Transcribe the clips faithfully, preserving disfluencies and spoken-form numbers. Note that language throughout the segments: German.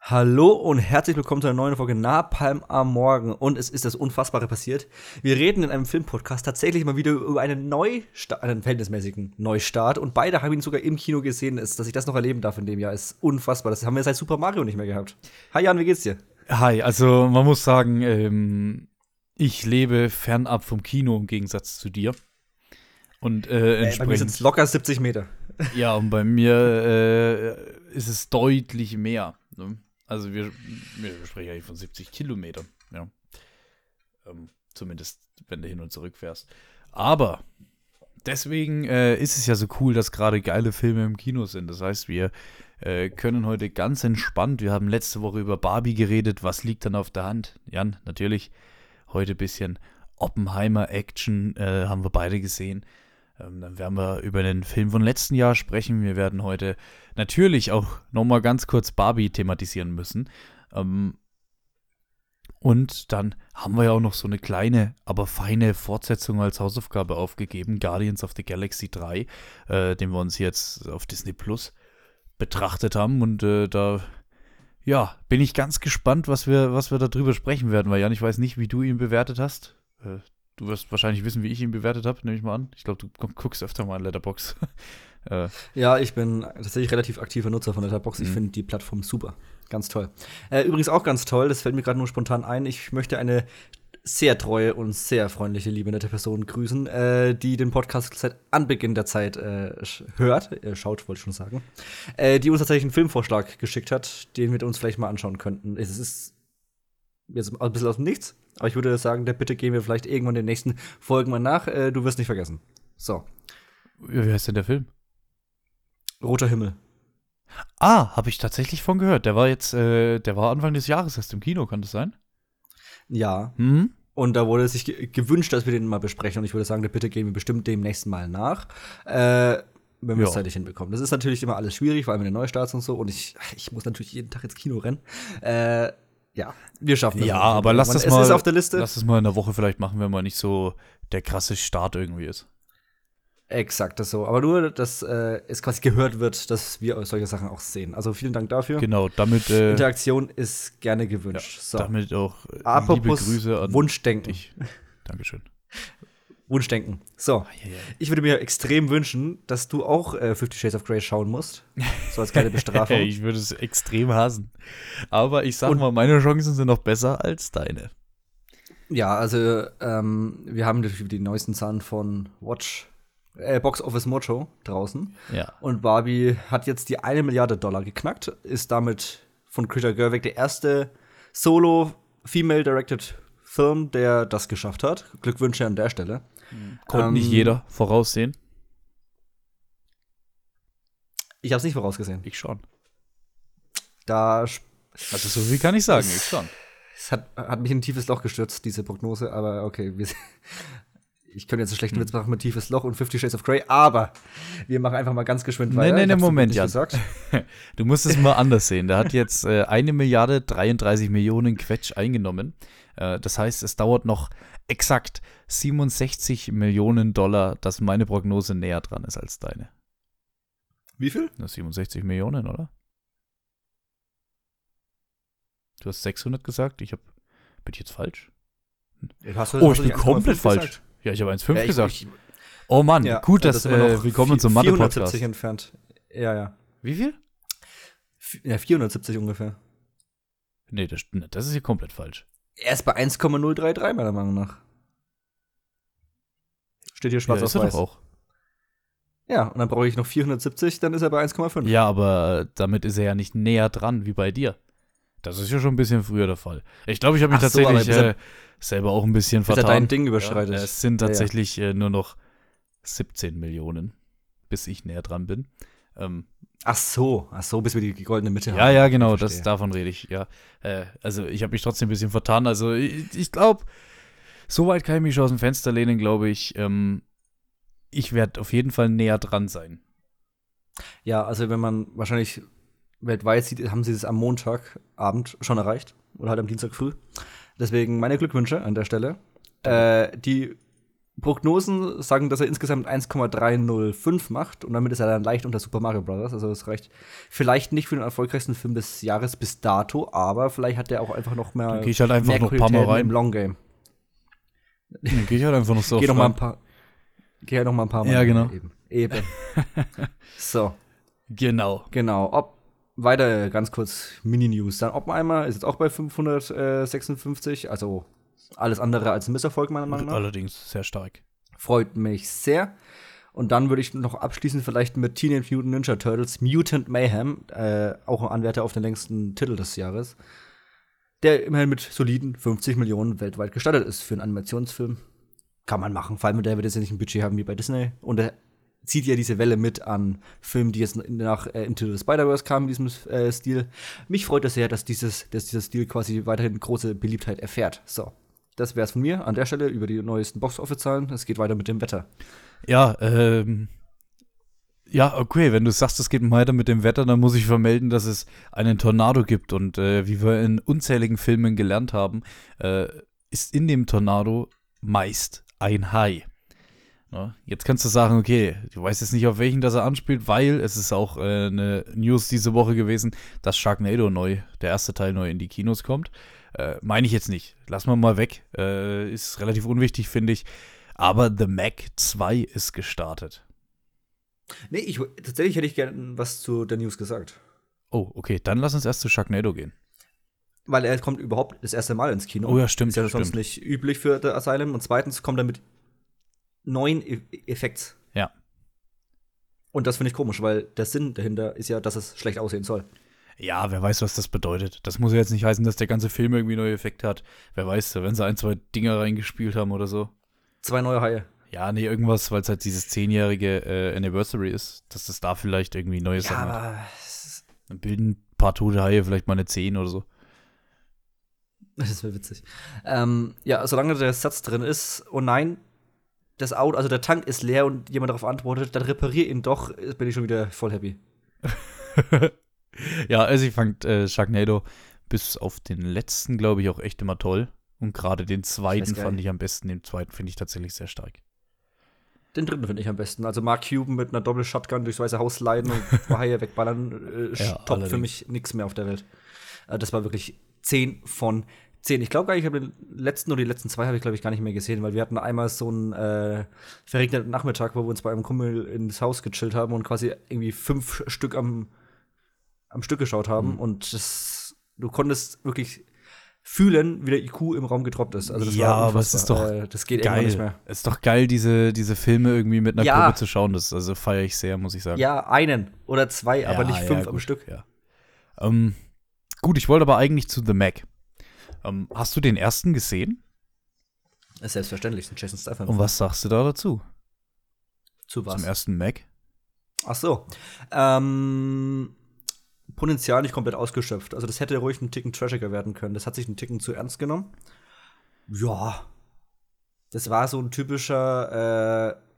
Hallo und herzlich willkommen zu einer neuen Folge Napalm am Morgen. Und es ist das Unfassbare passiert. Wir reden in einem Filmpodcast tatsächlich mal wieder über einen Neustart, einen verhältnismäßigen Neustart. Und beide haben ihn sogar im Kino gesehen. Ist, dass ich das noch erleben darf in dem Jahr, ist unfassbar. Das haben wir seit Super Mario nicht mehr gehabt. Hi Jan, wie geht's dir? Hi, also man muss sagen, ähm, ich lebe fernab vom Kino im Gegensatz zu dir. Und äh, Äh, bei mir sind es locker siebzig Meter. Ja, und bei mir äh, ist es deutlich mehr. Ne? Also wir, wir sprechen eigentlich von siebzig Kilometern. Ja. Ähm, zumindest, wenn du hin und zurück fährst. Aber deswegen äh, ist es ja so cool, dass gerade geile Filme im Kino sind. Das heißt, wir äh, können heute ganz entspannt, wir haben letzte Woche über Barbie geredet, was liegt dann auf der Hand? Jan, natürlich, heute ein bisschen Oppenheimer-Action äh, haben wir beide gesehen. Ähm, dann werden wir über den Film von letzten Jahr sprechen. Wir werden heute natürlich auch nochmal ganz kurz Barbie thematisieren müssen. Ähm, und dann haben wir ja auch noch so eine kleine, aber feine Fortsetzung als Hausaufgabe aufgegeben. Guardians of the Galaxy drei, äh, den wir uns jetzt auf Disney Plus betrachtet haben. Und äh, da, ja, bin ich ganz gespannt, was wir, was wir darüber sprechen werden. Weil Jan, ich weiß nicht, wie du ihn bewertet hast. Äh, Du wirst wahrscheinlich wissen, wie ich ihn bewertet habe, nehme ich mal an. Ich glaube, du guckst öfter mal in Letterboxd. äh. Ja, ich bin tatsächlich relativ aktiver Nutzer von Letterboxd. Ich Mhm. finde die Plattform super. Ganz toll. Äh, übrigens auch ganz toll, das fällt mir gerade nur spontan ein. Ich möchte eine sehr treue und sehr freundliche, liebe, nette Person grüßen, äh, die den Podcast seit Anbeginn der Zeit äh, hört, äh, schaut, wollte ich schon sagen, äh, die uns tatsächlich einen Filmvorschlag geschickt hat, den wir uns vielleicht mal anschauen könnten. Es ist jetzt ein bisschen aus dem Nichts, aber ich würde sagen, der Bitte gehen wir vielleicht irgendwann in den nächsten Folgen mal nach. Äh, du wirst nicht vergessen. So. Wie heißt denn der Film? Roter Himmel. Ah, habe ich tatsächlich von gehört. Der war jetzt, äh, der war Anfang des Jahres erst im Kino, kann das sein? Ja. Mhm. Und da wurde sich ge gewünscht, dass wir den mal besprechen. Und ich würde sagen, der Bitte gehen wir bestimmt demnächst mal nach. Äh, wenn wir es Ja. zeitlich hinbekommen. Das ist natürlich immer alles schwierig, vor allem in den Neustarts und so. Und ich, ich muss natürlich jeden Tag ins Kino rennen. Äh, ja, wir schaffen das. Ja, auf jeden aber Fall. lass Man- das es mal, ist auf der Liste. lass das mal in der Woche vielleicht machen, wenn man nicht so der krasse Start irgendwie ist. Exakt, das so. Aber nur, dass äh, es quasi gehört wird, dass wir solche Sachen auch sehen. Also vielen Dank dafür. Genau, damit, äh, Interaktion ist gerne ja, gewünscht. so. damit auch äh, liebe Apropos Grüße an Wunschdenken. dich. Dankeschön. Wunschdenken. So. Ich würde mir extrem wünschen, dass du auch äh, Fifty Shades of Grey schauen musst. So als kleine Bestrafung. Ich würde es extrem hassen. Aber ich sag Und- mal, meine Chancen sind noch besser als deine. Ja, also ähm, wir haben natürlich die neuesten Zahlen von Watch, äh, Box Office Mojo draußen. Ja. Und Barbie hat jetzt die eine Milliarde Dollar geknackt, ist damit von Greta Gerwig der erste Solo-Female-Directed Film, der das geschafft hat. Glückwünsche an der Stelle. Konnte Ähm, nicht jeder voraussehen. Ich habe es nicht vorausgesehen. Ich schon. Da sp- Also so viel kann ich sagen, ich schon. es hat, hat mich in ein tiefes Loch gestürzt, diese Prognose, aber okay, wir, ich könnte jetzt einen schlechten Witz machen mit tiefes Loch und Fifty Shades of Grey, aber wir machen einfach mal ganz geschwind Nee, weiter. nee, Ich nee, hab's so Moment, nicht Jan. gesagt. Du musst es mal anders sehen. Der hat jetzt äh, eine Milliarde dreiunddreißig Millionen Quetsch eingenommen. Äh, das heißt, es dauert noch exakt siebenundsechzig Millionen Dollar, dass meine Prognose näher dran ist als deine. Wie viel? Na, siebenundsechzig Millionen, oder? Du hast sechshundert gesagt. Ich hab, bin ich jetzt falsch? Hast du, Oh, hast ich du bin nicht eins Komma fünf komplett falsch. gesagt? Ja, ich habe eins Komma fünf Ja, ich- gesagt. ich- Oh Mann, ja, gut, das dass ist immer äh, noch willkommen zum vierhundertsiebzig Mathe-Podcast. entfernt. Ja, ja. Wie viel? F- Ja, vierhundertsiebzig ungefähr. Nee, das, nee, das ist hier komplett falsch. Er ist bei eins Komma null drei drei meiner Meinung nach. Steht hier schwarz Ja, auf ist er weiß. doch auch. Ja, und dann brauche ich noch vierhundertsiebzig, dann ist er bei eins Komma fünf. Ja, aber äh, damit ist er ja nicht näher dran wie bei dir. Das ist ja schon ein bisschen früher der Fall. Ich glaube, ich habe mich Ach so, aber tatsächlich bis er- äh, selber auch ein bisschen Bis er vertan. dein Ding überschreitet. Ja, es sind Ja, ja. tatsächlich äh, nur noch siebzehn Millionen, bis ich näher dran bin. Ähm, Ach so, ach so, bis wir die goldene Mitte haben. ja, ja, genau, Ich das, verstehe. davon rede ich. Ja, äh, also ich habe mich trotzdem ein bisschen vertan. Also ich, ich glaube, so weit kann ich mich aus dem Fenster lehnen, glaube ich. Ähm, ich werde auf jeden Fall näher dran sein. Ja, also wenn man wahrscheinlich weltweit sieht, haben sie es am Montagabend schon erreicht. Oder halt am Dienstag früh. Deswegen meine Glückwünsche an der Stelle. Äh, die Prognosen sagen, dass er insgesamt eins Komma dreihundertfünf macht und damit ist er dann leicht unter Super Mario Bros. Also das reicht vielleicht nicht für den erfolgreichsten Film des Jahres bis dato, aber vielleicht hat der auch einfach noch mehr, Dann geh ich halt einfach mehr noch ein paar Mal Qualitäten rein. im Long Game. Dann gehe ich halt einfach noch so Geh noch mal rein. ein paar, geh halt noch mal ein paar Mal. Ja, rein. genau. Eben. Eben. So, Genau. genau. Ob weiter ganz kurz Mini-News. Dann Oppenheimer ist jetzt auch bei fünfhundertsechsundfünfzig, also alles andere als ein Misserfolg meiner Meinung nach. Allerdings sehr stark. Freut mich sehr. Und dann würde ich noch abschließen vielleicht mit Teenage Mutant Ninja Turtles Mutant Mayhem, äh, auch ein Anwärter auf den längsten Titel des Jahres, der immerhin mit soliden fünfzig Millionen weltweit gestartet ist für einen Animationsfilm. Kann man machen, vor allem der wird jetzt ja nicht ein Budget haben wie bei Disney. Und er zieht ja diese Welle mit an Filmen, die jetzt nach äh, Into the Spider-Verse kamen, in diesem äh, Stil. Mich freut es sehr, dass, dieses, dass dieser Stil quasi weiterhin große Beliebtheit erfährt. So. Das wär's von mir an der Stelle über die neuesten Box-Office-Zahlen. Es geht weiter mit dem Wetter. Ja, ähm. Ja, okay, wenn du sagst, es geht weiter mit dem Wetter, dann muss ich vermelden, dass es einen Tornado gibt. Und äh, wie wir in unzähligen Filmen gelernt haben, äh, ist in dem Tornado meist ein Hai. Ja, jetzt kannst du sagen, okay, du weißt jetzt nicht, auf welchen das er anspielt, weil es ist auch äh, eine News diese Woche gewesen, dass Sharknado neu, der erste Teil neu in die Kinos kommt. Äh, meine ich jetzt nicht. Lass mal mal weg. Äh, ist relativ unwichtig, finde ich. Aber The Meg zwei ist gestartet. Nee, ich, tatsächlich hätte ich gerne was zu der News gesagt. Oh, okay. Dann lass uns erst zu Sharknado gehen. Weil er kommt überhaupt das erste Mal ins Kino. Oh ja, stimmt. Ist ja stimmt. sonst nicht üblich für The Asylum. Und zweitens kommt er mit neuen e Effekts. Ja. Und das finde ich komisch, weil der Sinn dahinter ist ja, dass es schlecht aussehen soll. Ja, wer weiß, was das bedeutet. Das muss ja jetzt nicht heißen, dass der ganze Film irgendwie neue Effekte hat. Wer weiß, wenn sie ein, zwei Dinger reingespielt haben oder so. Zwei neue Haie. Ja, nee, irgendwas, weil es halt dieses zehnjährige äh, Anniversary ist, dass das da vielleicht irgendwie neue Ja, Sachen hat. aber Dann bilden ein paar tote Haie vielleicht mal eine zehn oder so. das wäre witzig. Ähm, ja, solange der Satz drin ist, oh nein, das Auto, also der Tank ist leer und jemand darauf antwortet, dann reparier ihn doch, bin ich schon wieder voll happy. Ja, also ich fand äh, Sharknado bis auf den letzten, glaube ich, auch echt immer toll. Und gerade den zweiten geil. fand ich am besten. Den zweiten finde ich tatsächlich sehr stark. Den dritten finde ich am besten. Also Mark Cuban mit einer Doppel-Shotgun durchs Weiße Haus leiden und zwei Haie wegballern, äh, Ja, toppt allerdings. für mich nichts mehr auf der Welt. Äh, das war wirklich zehn von zehn. Ich glaube gar nicht, ich habe den letzten oder die letzten zwei habe ich, glaube ich, gar nicht mehr gesehen, weil wir hatten einmal so einen äh, verregneten Nachmittag, wo wir uns bei einem Kumpel ins Haus gechillt haben und quasi irgendwie fünf Stück am, am Stück geschaut haben. Mhm. Und das, du konntest wirklich fühlen, wie der I Q im Raum gedroppt ist. Also das Ja, war aber es ist unfassbar. doch äh, das geht irgendwann nicht mehr. Geil. Es ist doch geil, diese, diese Filme irgendwie mit einer Ja. Gruppe zu schauen. Das also feiere ich sehr, muss ich sagen. Ja, einen oder zwei, Ja, aber nicht fünf ja, am gut, Stück. Ja. Ähm, gut, ich wollte aber eigentlich zu The Meg. Ähm, hast du den ersten gesehen? Ist selbstverständlich, ein Jason Statham. Und was sagst du da dazu? Zu was? Zum ersten Meg? Ach so. Ähm, Potenzial nicht komplett ausgeschöpft. Also das hätte ruhig einen Ticken trashiger werden können. Das hat sich einen Ticken zu ernst genommen. Ja. Das war so ein typischer äh,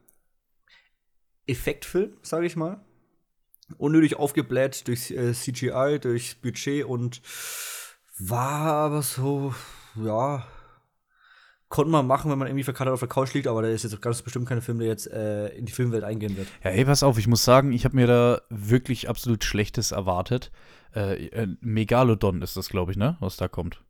Effektfilm, sage ich mal. Unnötig aufgebläht durch äh, C G I, durch Budget und war aber so, ja, konnte man machen, wenn man irgendwie verkatert auf der Couch liegt, aber der ist jetzt ganz bestimmt kein Film, der jetzt äh, in die Filmwelt eingehen wird. Ja, ey, pass auf, ich muss sagen, ich habe mir da wirklich absolut Schlechtes erwartet. Äh, äh, Megalodon ist das, glaube ich, ne? Was da kommt.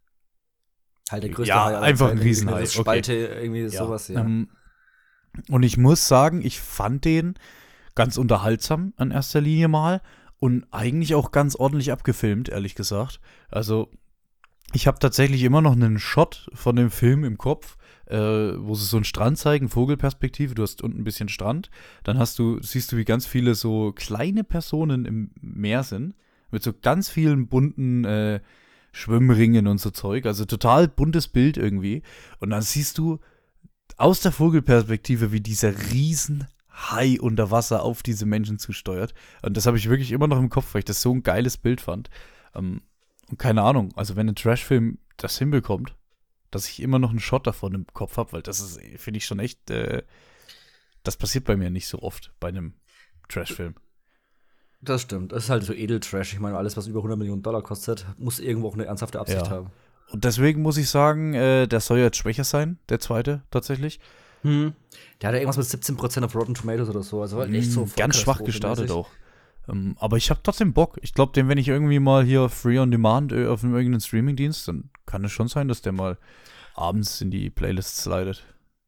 Halt der größte Ja, Hai aller einfach ein Zeiten, irgendwie Riesenhai, eine okay. Spalte, irgendwie sowas, ja. Ähm, und ich muss sagen, ich fand den ganz unterhaltsam in erster Linie mal und eigentlich auch ganz ordentlich abgefilmt, ehrlich gesagt. Also, ich habe tatsächlich immer noch einen Shot von dem Film im Kopf, äh, wo sie so einen Strand zeigen, Vogelperspektive, du hast unten ein bisschen Strand, dann hast du, siehst du, wie ganz viele so kleine Personen im Meer sind, mit so ganz vielen bunten äh, Schwimmringen und so Zeug, also total buntes Bild irgendwie. Und dann siehst du aus der Vogelperspektive, wie dieser riesen Hai unter Wasser auf diese Menschen zusteuert. Und das habe ich wirklich immer noch im Kopf, weil ich das so ein geiles Bild fand. Ähm, und keine Ahnung, also wenn ein Trashfilm das hinbekommt, dass ich immer noch einen Shot davon im Kopf habe, weil das ist, finde ich schon echt, äh, das passiert bei mir nicht so oft bei einem Trashfilm. Das stimmt. Das ist halt so Edeltrash. Ich meine, alles, was über hundert Millionen Dollar kostet, muss irgendwo auch eine ernsthafte Absicht Ja. haben. Und deswegen muss ich sagen, äh, der soll jetzt schwächer sein, der zweite tatsächlich. Hm. Der hat ja irgendwas mit siebzehn Prozent auf Rotten Tomatoes oder so. Also halt echt so voll Ganz schwach gestartet katastrophenmäßig. auch. Ähm, aber ich habe trotzdem Bock. Ich glaube, den, wenn ich irgendwie mal hier Free on Demand äh, auf einem irgendeinen Streamingdienst, dann kann es schon sein, dass der mal abends in die Playlist slidet.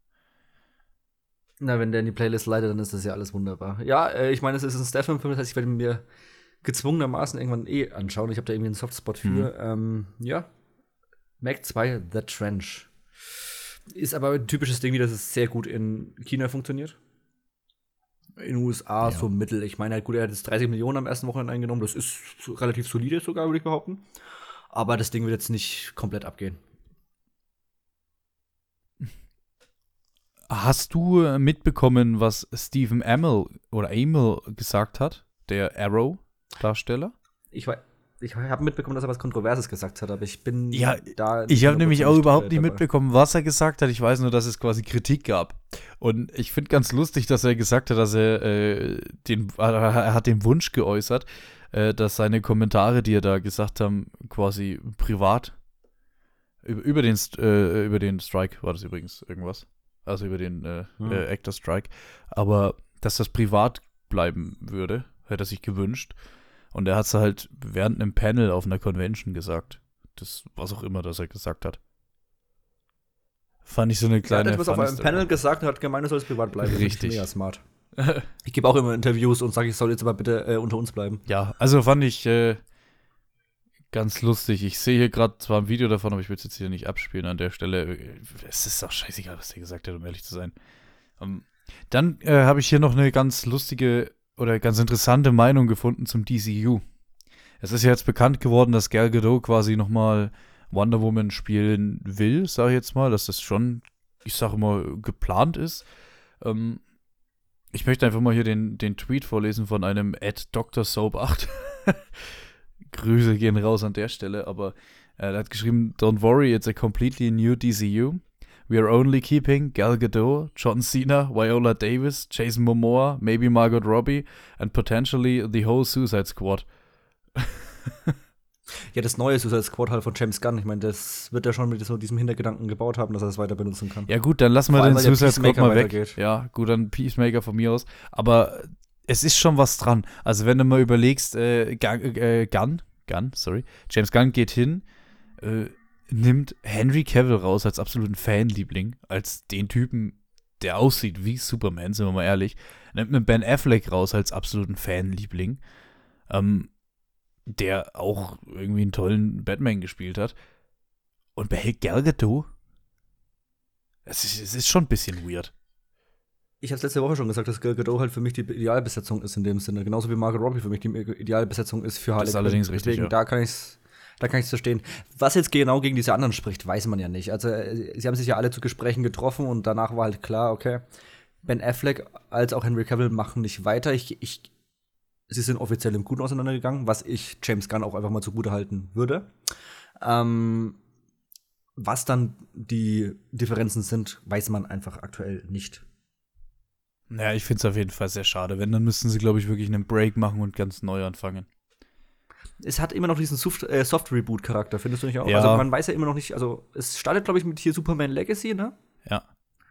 Na, wenn der in die Playlist leitet, dann ist das ja alles wunderbar. Ja, äh, ich meine, es ist ein Stephen-Film, das heißt, ich werde ihn mir gezwungenermaßen irgendwann eh anschauen. Ich habe da irgendwie einen Softspot für. Ähm, ja. Mac zwei, The Trench. Ist aber ein typisches Ding, wie das es sehr gut in China funktioniert. In den U S A Ja. so mittel. Ich meine, halt, gut, er hat jetzt dreißig Millionen am ersten Wochenende eingenommen. Das ist so relativ solide sogar, würde ich behaupten. Aber das Ding wird jetzt nicht komplett abgehen. Hast du äh, mitbekommen, was Stephen Amell oder Amell gesagt hat? Der Arrow-Darsteller? Ich, wei- ich habe mitbekommen, dass er was Kontroverses gesagt hat, aber ich bin Ja, da. Ich habe nämlich auch überhaupt nicht dabei. mitbekommen, was er gesagt hat. Ich weiß nur, dass es quasi Kritik gab. Und ich finde ganz lustig, dass er gesagt hat, dass er äh, den, er hat den Wunsch geäußert, äh, dass seine Kommentare, die er da gesagt haben, quasi privat über, über den St- äh, über den Strike war das übrigens irgendwas. Also über den äh, Hm. äh, Actor Strike. Aber dass das privat bleiben würde, hätte er sich gewünscht. Und er hat es halt während einem Panel auf einer Convention gesagt. Das, was auch immer, das er gesagt hat. Fand ich so eine Er kleine. hat etwas auf funny einem Story. Panel gesagt und hat gemeint, er soll es privat bleiben. Das Richtig. finde ich mega smart. Ich gebe auch immer Interviews und sage, ich soll jetzt aber bitte äh, unter uns bleiben. Ja, also fand ich äh, ganz lustig. Ich sehe hier gerade zwar ein Video davon, aber ich will es jetzt hier nicht abspielen an der Stelle. Es ist auch scheißegal, was der gesagt hat, um ehrlich zu sein. Ähm, dann äh, habe ich hier noch eine ganz lustige oder ganz interessante Meinung gefunden zum D C U. Es ist ja jetzt bekannt geworden, dass Gal Gadot quasi nochmal Wonder Woman spielen will, sage ich jetzt mal, dass das schon, ich sage immer, geplant ist. Ähm, ich möchte einfach mal hier den, den Tweet vorlesen von einem at Dr Soap acht. Grüße gehen raus an der Stelle, aber äh, er hat geschrieben, Don't worry, it's a completely new D C U. We are only keeping Gal Gadot, John Cena, Viola Davis, Jason Momoa, maybe Margot Robbie and potentially the whole Suicide Squad. Ja, das neue Suicide Squad halt von James Gunn. Ich meine, das wird er schon mit so diesem Hintergedanken gebaut haben, dass er das weiter benutzen kann. Ja gut, dann lassen wir Vor allem, den weil der Suicide Squad Peacemaker mal weg. weitergeht. Ja, gut, dann Peacemaker von mir aus. Aber es ist schon was dran. Also wenn du mal überlegst, äh, Gun, äh, Gunn, Gunn, sorry, James Gunn geht hin, äh, nimmt Henry Cavill raus als absoluten Fanliebling, als den Typen, der aussieht wie Superman, sind wir mal ehrlich, nimmt einen Ben Affleck raus als absoluten Fanliebling, ähm, der auch irgendwie einen tollen Batman gespielt hat und behält Gal Gadot. Es ist, es ist schon ein bisschen weird. Ich habe es letzte Woche schon gesagt, dass Gal Gadot halt für mich die Idealbesetzung ist in dem Sinne. Genauso wie Margot Robbie für mich die Idealbesetzung ist für Harley ist Quinn. allerdings richtig, Deswegen, ja. da kann ich's, da kann ich's verstehen. Was jetzt genau gegen diese anderen spricht, weiß man ja nicht. Also, äh, sie haben sich ja alle zu Gesprächen getroffen und danach war halt klar, okay, Ben Affleck als auch Henry Cavill machen nicht weiter. Ich, ich, sie sind offiziell im Guten auseinandergegangen, was ich James Gunn auch einfach mal zugute halten würde. Ähm, was dann die Differenzen sind, weiß man einfach aktuell nicht. Naja, ich finde es auf jeden Fall sehr schade. Wenn, dann müssten sie, glaube ich, wirklich einen Break machen und ganz neu anfangen. Es hat immer noch diesen Soft- äh, Soft-Reboot-Charakter, findest du nicht auch? Ja. Also man weiß ja immer noch nicht, also es startet, glaube ich, mit hier Superman Legacy, ne? Ja.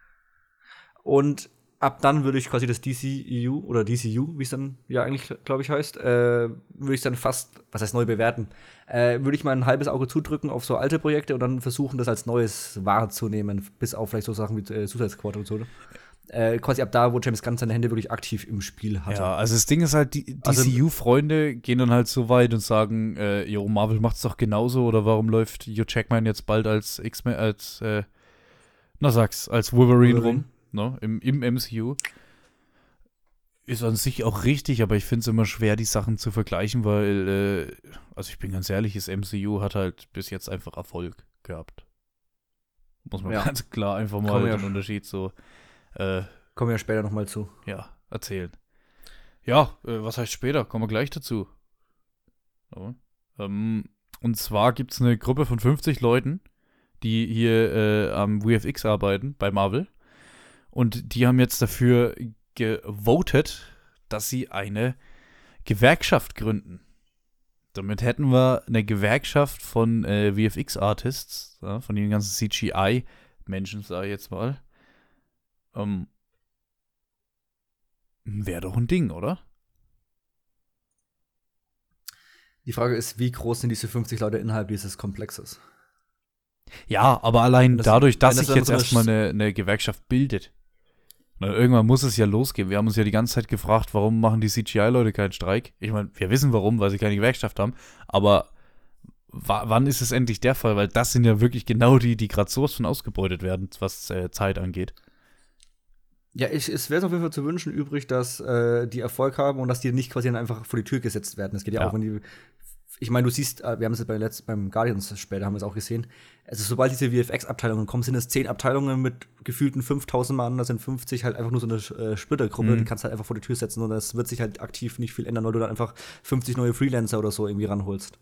Und ab dann würde ich quasi das D C E U oder D C U, wie es dann ja eigentlich, glaube ich, heißt, äh, würde ich dann fast, was heißt neu bewerten, äh, würde ich mal ein halbes Auge zudrücken auf so alte Projekte und dann versuchen, das als Neues wahrzunehmen, bis auf vielleicht so Sachen wie äh, Suicide Squad und so. Ne? Äh, quasi ab da, wo James Gunn seine Hände wirklich aktiv im Spiel hatte. Ja, also das Ding ist halt, die Also- D C U-Freunde gehen dann halt so weit und sagen, äh, jo, Marvel macht's doch genauso, oder warum läuft Hugh Jackman jetzt bald als X-Men, als, äh, na sag's, als Wolverine, Wolverine. rum, ne, im, im M C U. Ist an sich auch richtig, aber ich finde es immer schwer, die Sachen zu vergleichen, weil, äh, also ich bin ganz ehrlich, das M C U hat halt bis jetzt einfach Erfolg gehabt. Muss man Ja. ganz klar einfach mal Kann man ja- den Unterschied so, äh, Kommen wir ja später noch mal zu. ja, erzählen. Ja, äh, was heißt später? Kommen wir gleich dazu. So. Ähm, und zwar gibt es eine Gruppe von fünfzig Leuten, die hier äh, am V F X arbeiten, bei Marvel. Und die haben jetzt dafür gewotet, dass sie eine Gewerkschaft gründen. Damit hätten wir eine Gewerkschaft von äh, V F X-Artists, ja, von den ganzen C G I-Menschen, sage ich jetzt mal. Ähm, Wäre doch ein Ding, oder? Die Frage ist, wie groß sind diese fünfzig Leute innerhalb dieses Komplexes? Ja, aber allein das, dadurch, dass sich das jetzt so erstmal eine, eine Gewerkschaft bildet. Na, irgendwann muss es ja losgehen. Wir haben uns ja die ganze Zeit gefragt, warum machen die C G I-Leute keinen Streik? Ich meine, wir wissen warum, weil sie keine Gewerkschaft haben. Aber w- wann ist es endlich der Fall? Weil das sind ja wirklich genau die, die gerade sowas von ausgebeutet werden, was äh, Zeit angeht. Ja, ich, es wäre auf jeden Fall zu wünschen übrig, dass äh, die Erfolg haben und dass die nicht quasi dann einfach vor die Tür gesetzt werden. Das geht ja, Ja. auch, wenn die. Ich meine, du siehst, äh, wir haben es jetzt bei letzt, beim Guardians später haben wir es auch gesehen. Also, sobald diese V F X-Abteilungen kommen, sind es zehn Abteilungen mit gefühlten fünftausend Mann, das sind fünfzig halt einfach nur so eine äh, Splittergruppe, Mhm. die kannst du halt einfach vor die Tür setzen und das wird sich halt aktiv nicht viel ändern, weil du dann einfach fünfzig neue Freelancer oder so irgendwie ranholst.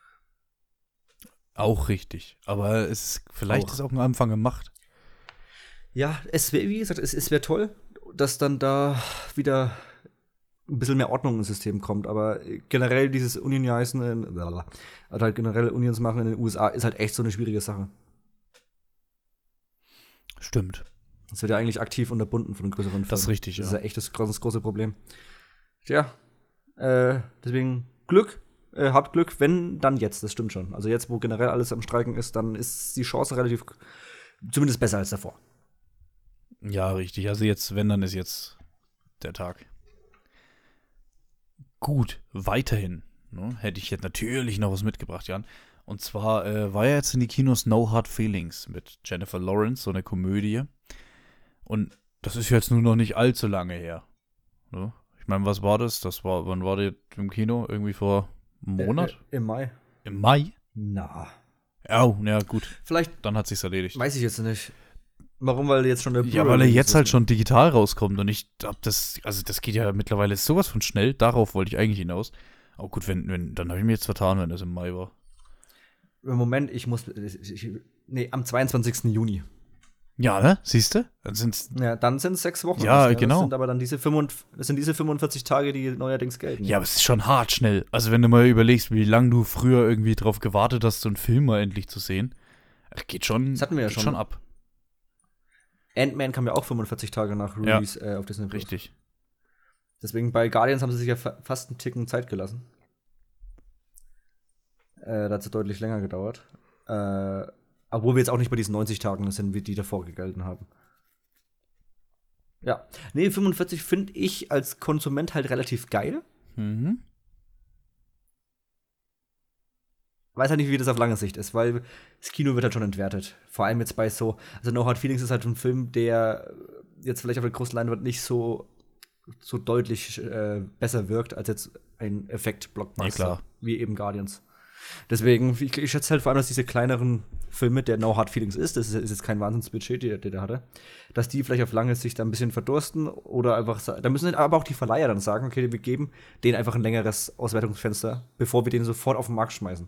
Auch richtig. Aber es vielleicht Auch. ist auch ein Anfang gemacht. Ja, es wäre, wie gesagt, es, es wäre toll, dass dann da wieder ein bisschen mehr Ordnung ins System kommt. Aber generell dieses Unionisen, in, also halt generell Unions machen in den U S A ist halt echt so eine schwierige Sache. Stimmt. Das wird ja eigentlich aktiv unterbunden von den größeren Firmen. Das ist richtig, Das ist ja. ja echt das große, das große Problem. Tja, äh, deswegen Glück, äh, habt Glück, wenn, dann jetzt, das stimmt schon. Also jetzt, wo generell alles am Streiken ist, dann ist die Chance relativ, zumindest besser als davor. Ja, richtig. Also jetzt, wenn, dann ist jetzt der Tag. Gut, weiterhin. Ne, hätte ich jetzt natürlich noch was mitgebracht, Jan. Und zwar äh, war ja jetzt in die Kinos No Hard Feelings mit Jennifer Lawrence, so eine Komödie. Und das ist jetzt nur noch nicht allzu lange her. Ne? Ich meine, was war das? Das war, wann war die im Kino? Irgendwie vor einem Monat? Äh, äh, Im Mai. Im Mai? Na. Oh, ja, gut. Vielleicht, Dann hat sich's erledigt. weiß ich jetzt nicht. Warum? Weil jetzt schon der Ja, Blu-ray weil er Release jetzt ist, halt ne? schon digital rauskommt und ich hab das, also das geht ja mittlerweile sowas von schnell, darauf wollte ich eigentlich hinaus. Aber gut, wenn, wenn, dann habe ich mir jetzt vertan, wenn das im Mai war. Im Moment, ich muss, ich, ich, nee, am zweiundzwanzigsten Juni. Ja, ne? Siehst du? Dann sind's, Ja, dann sind es sechs Wochen. Ja, Das genau. sind aber dann diese, fünfundvierzig, das sind diese fünfundvierzig Tage, die neuerdings gelten. ja, aber es ist schon hart schnell. Also wenn du mal überlegst, wie lange du früher irgendwie drauf gewartet hast, so einen Film mal endlich zu sehen, das geht schon, Das hatten wir ja geht schon. schon ab. Ant-Man kam ja auch fünfundvierzig Tage nach Release äh, auf Disney Plus. Richtig. Deswegen bei Guardians haben sie sich ja fa fast einen Ticken Zeit gelassen. Äh, da hat es deutlich länger gedauert. Äh, obwohl wir jetzt auch nicht bei diesen neunzig Tagen sind, wie die davor gegelten haben. Ja. Nee, fünfundvierzig finde ich als Konsument halt relativ geil. Mhm. Weiß halt nicht, wie das auf lange Sicht ist, weil das Kino wird halt schon entwertet. Vor allem jetzt bei so, also No Hard Feelings ist halt ein Film, der jetzt vielleicht auf der großen Leinwand nicht so, so deutlich äh, besser wirkt als jetzt ein Effekt-Blockbuster, Ja, klar. wie eben Guardians. Deswegen, ich, ich schätze halt vor allem, dass diese kleineren Filme, der No Hard Feelings ist, das ist, ist jetzt kein Wahnsinnsbudget, der der hatte, dass die vielleicht auf lange Sicht ein bisschen verdursten oder einfach, sa- da müssen aber auch die Verleiher dann sagen, okay, wir geben denen einfach ein längeres Auswertungsfenster, bevor wir den sofort auf den Markt schmeißen.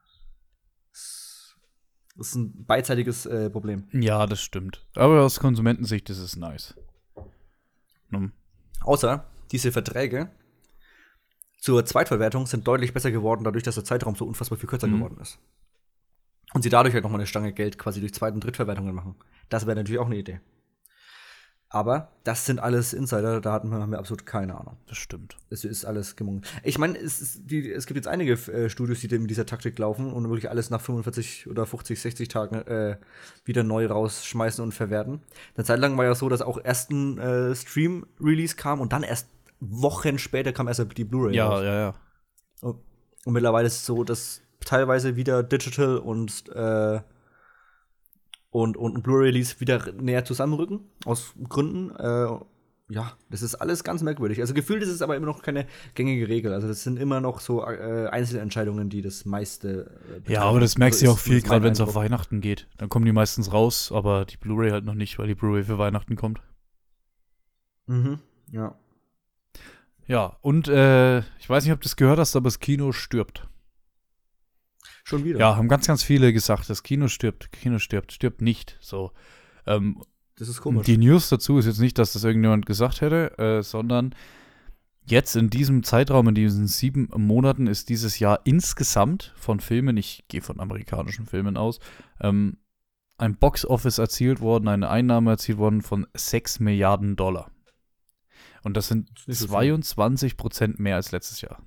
Das ist ein beidseitiges äh, Problem. Ja, das stimmt. Aber aus Konsumentensicht ist es nice. Nun, Außer diese Verträge zur Zweitverwertung sind deutlich besser geworden, dadurch, dass der Zeitraum so unfassbar viel kürzer Mhm. geworden ist. Und sie dadurch halt nochmal eine Stange Geld quasi durch Zweit- und Drittverwertungen machen. Das wäre natürlich auch eine Idee. Aber das sind alles Insider, da hatten wir, haben wir absolut keine Ahnung. das stimmt. Es ist alles gemungelt. Ich meine, es, ist die- es gibt jetzt einige äh, Studios, die mit dieser Taktik laufen und wirklich alles nach fünfundvierzig oder fünfzig, sechzig Tagen äh, wieder neu rausschmeißen und verwerten. Eine Zeit lang war ja so, dass auch erst ein äh, Stream-Release kam und dann erst Wochen später kam erst die Blu-ray Ja, raus. ja, ja. Und, und mittlerweile ist es so, dass teilweise wieder Digital und äh, und, und ein Blu-ray-Release wieder näher zusammenrücken, aus Gründen. Äh, ja, das ist alles ganz merkwürdig. Also gefühlt ist es aber immer noch keine gängige Regel. Also das sind immer noch so äh, Einzelentscheidungen, die das meiste äh, betreffen. Ja, aber das merkst du Also ja auch ist viel, zumindest gerade mein wenn es auf Eindruck. Weihnachten geht. Dann kommen die meistens raus, aber die Blu-ray halt noch nicht, weil die Blu-ray für Weihnachten kommt. Mhm, ja. Ja, und äh, ich weiß nicht, ob du das gehört hast, aber das Kino stirbt. Schon wieder. Ja, haben ganz, ganz viele gesagt, das Kino stirbt, Kino stirbt, stirbt nicht. So. Ähm, Das ist komisch. Die News dazu ist jetzt nicht, dass das irgendjemand gesagt hätte, äh, sondern jetzt in diesem Zeitraum, in diesen sieben Monaten, ist dieses Jahr insgesamt von Filmen, ich gehe von amerikanischen Filmen aus, ähm, ein Box-Office erzielt worden, eine Einnahme erzielt worden von sechs Milliarden Dollar. Und das sind das zweiundzwanzig Prozent mehr als letztes Jahr.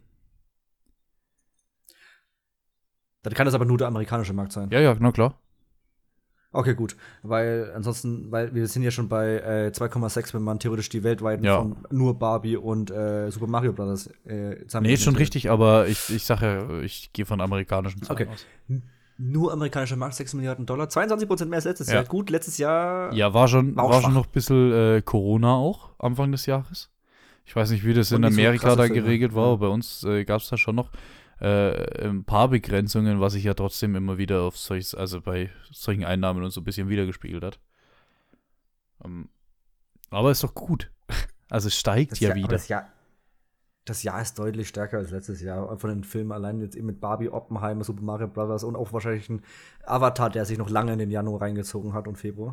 Dann kann das aber nur der amerikanische Markt sein. Ja, ja, na klar. Okay, gut. Weil ansonsten, weil wir sind ja schon bei äh, zwei Komma sechs, wenn man theoretisch die weltweiten ja. von nur Barbie und äh, Super Mario Bros. Äh, nee, ist schon richtig, aber ich, ich sage ja, ich gehe von amerikanischen Zahlen okay. aus. Nur amerikanischer Markt, sechs Milliarden Dollar, zweiundzwanzig Prozent mehr als letztes ja. Jahr. Gut, letztes Jahr. Ja, war schon, war, war schon noch ein bisschen äh, Corona auch, Anfang des Jahres. Ich weiß nicht, wie das und in Amerika so da geregelt war, ja. aber bei uns äh, gab es da schon noch äh, ein paar Begrenzungen, was sich ja trotzdem immer wieder auf solches, also bei solchen Einnahmen und so ein bisschen wiedergespiegelt hat. Um, aber ist doch gut. Also es steigt das ja Jahr, wieder. Das Jahr, das Jahr ist deutlich stärker als letztes Jahr. Von den Filmen allein jetzt eben mit Barbie, Oppenheimer, Super Mario Bros. Und auch wahrscheinlich ein Avatar, der sich noch lange in den Januar reingezogen hat und Februar.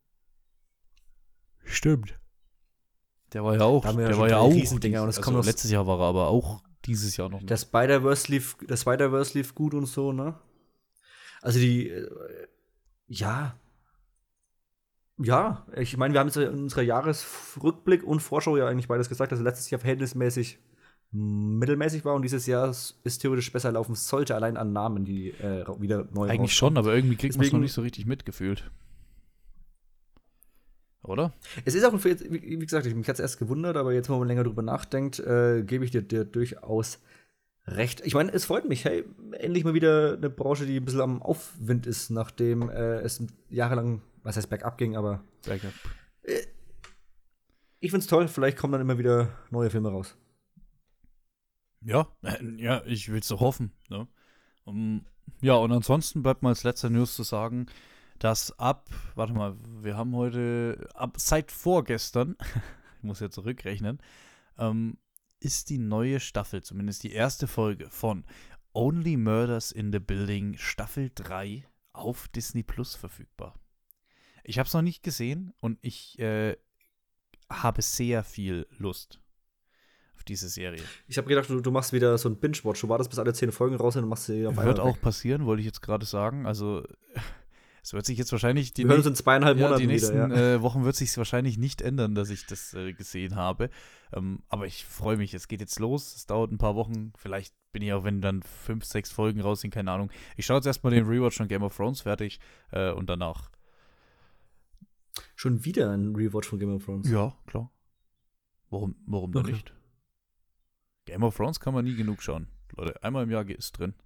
Stimmt. Der war ja auch, der ja war ja auch Riesendinger. Und es also kommt letztes Jahr war er aber auch dieses Jahr noch nicht. Der Spider-Verse lief, der Spider-Verse lief gut und so, ne? Also die, äh, ja. Ja, ich meine, wir haben jetzt in unserer Jahresrückblick und Vorschau ja eigentlich beides gesagt, dass letztes Jahr verhältnismäßig mittelmäßig war und dieses Jahr ist theoretisch besser laufen sollte, allein an Namen, die äh, wieder neu Eigentlich schon, aber irgendwie kriegt man es noch nicht so richtig mitgefühlt. Oder? Es ist auch, wie gesagt, ich mich hat es erst gewundert, aber jetzt, wo man länger drüber nachdenkt, äh, gebe ich dir, dir durchaus recht. Ich meine, es freut mich, hey, endlich mal wieder eine Branche, die ein bisschen am Aufwind ist, nachdem äh, es jahrelang, was heißt bergab ging, aber Bergab. Äh, ich find's toll, vielleicht kommen dann immer wieder neue Filme raus. Ja, äh, ja, ich will's doch hoffen. Ne? Um, ja, und ansonsten bleibt mal als letzter News zu sagen, dass ab, warte mal, wir haben heute, ab seit vorgestern, ich muss ja zurückrechnen, ähm, ist die neue Staffel, zumindest die erste Folge von Only Murders in the Building Staffel drei auf Disney Plus verfügbar. Ich habe es noch nicht gesehen und ich äh, habe sehr viel Lust auf diese Serie. Ich habe gedacht, du, du machst wieder so ein Binge-Watch. Du wartest bis alle zehn Folgen raus sind und machst sie auf einmal Wird auch weg. passieren, wollte ich jetzt gerade sagen. Also es wird sich jetzt wahrscheinlich die, Wir hören uns in zweieinhalb ja, Monaten die nächsten wieder, ja. äh, Wochen wird sich wahrscheinlich nicht ändern, dass ich das äh, gesehen habe. Ähm, aber ich freue mich, es geht jetzt los. Es dauert ein paar Wochen. Vielleicht bin ich auch, wenn dann fünf, sechs Folgen raus sind, keine Ahnung. Ich schaue jetzt erstmal den Rewatch von Game of Thrones fertig äh, und danach. Schon wieder ein Rewatch von Game of Thrones? Ja, klar. Warum, warum denn okay. nicht? Game of Thrones kann man nie genug schauen. Leute, einmal im Jahr ist drin.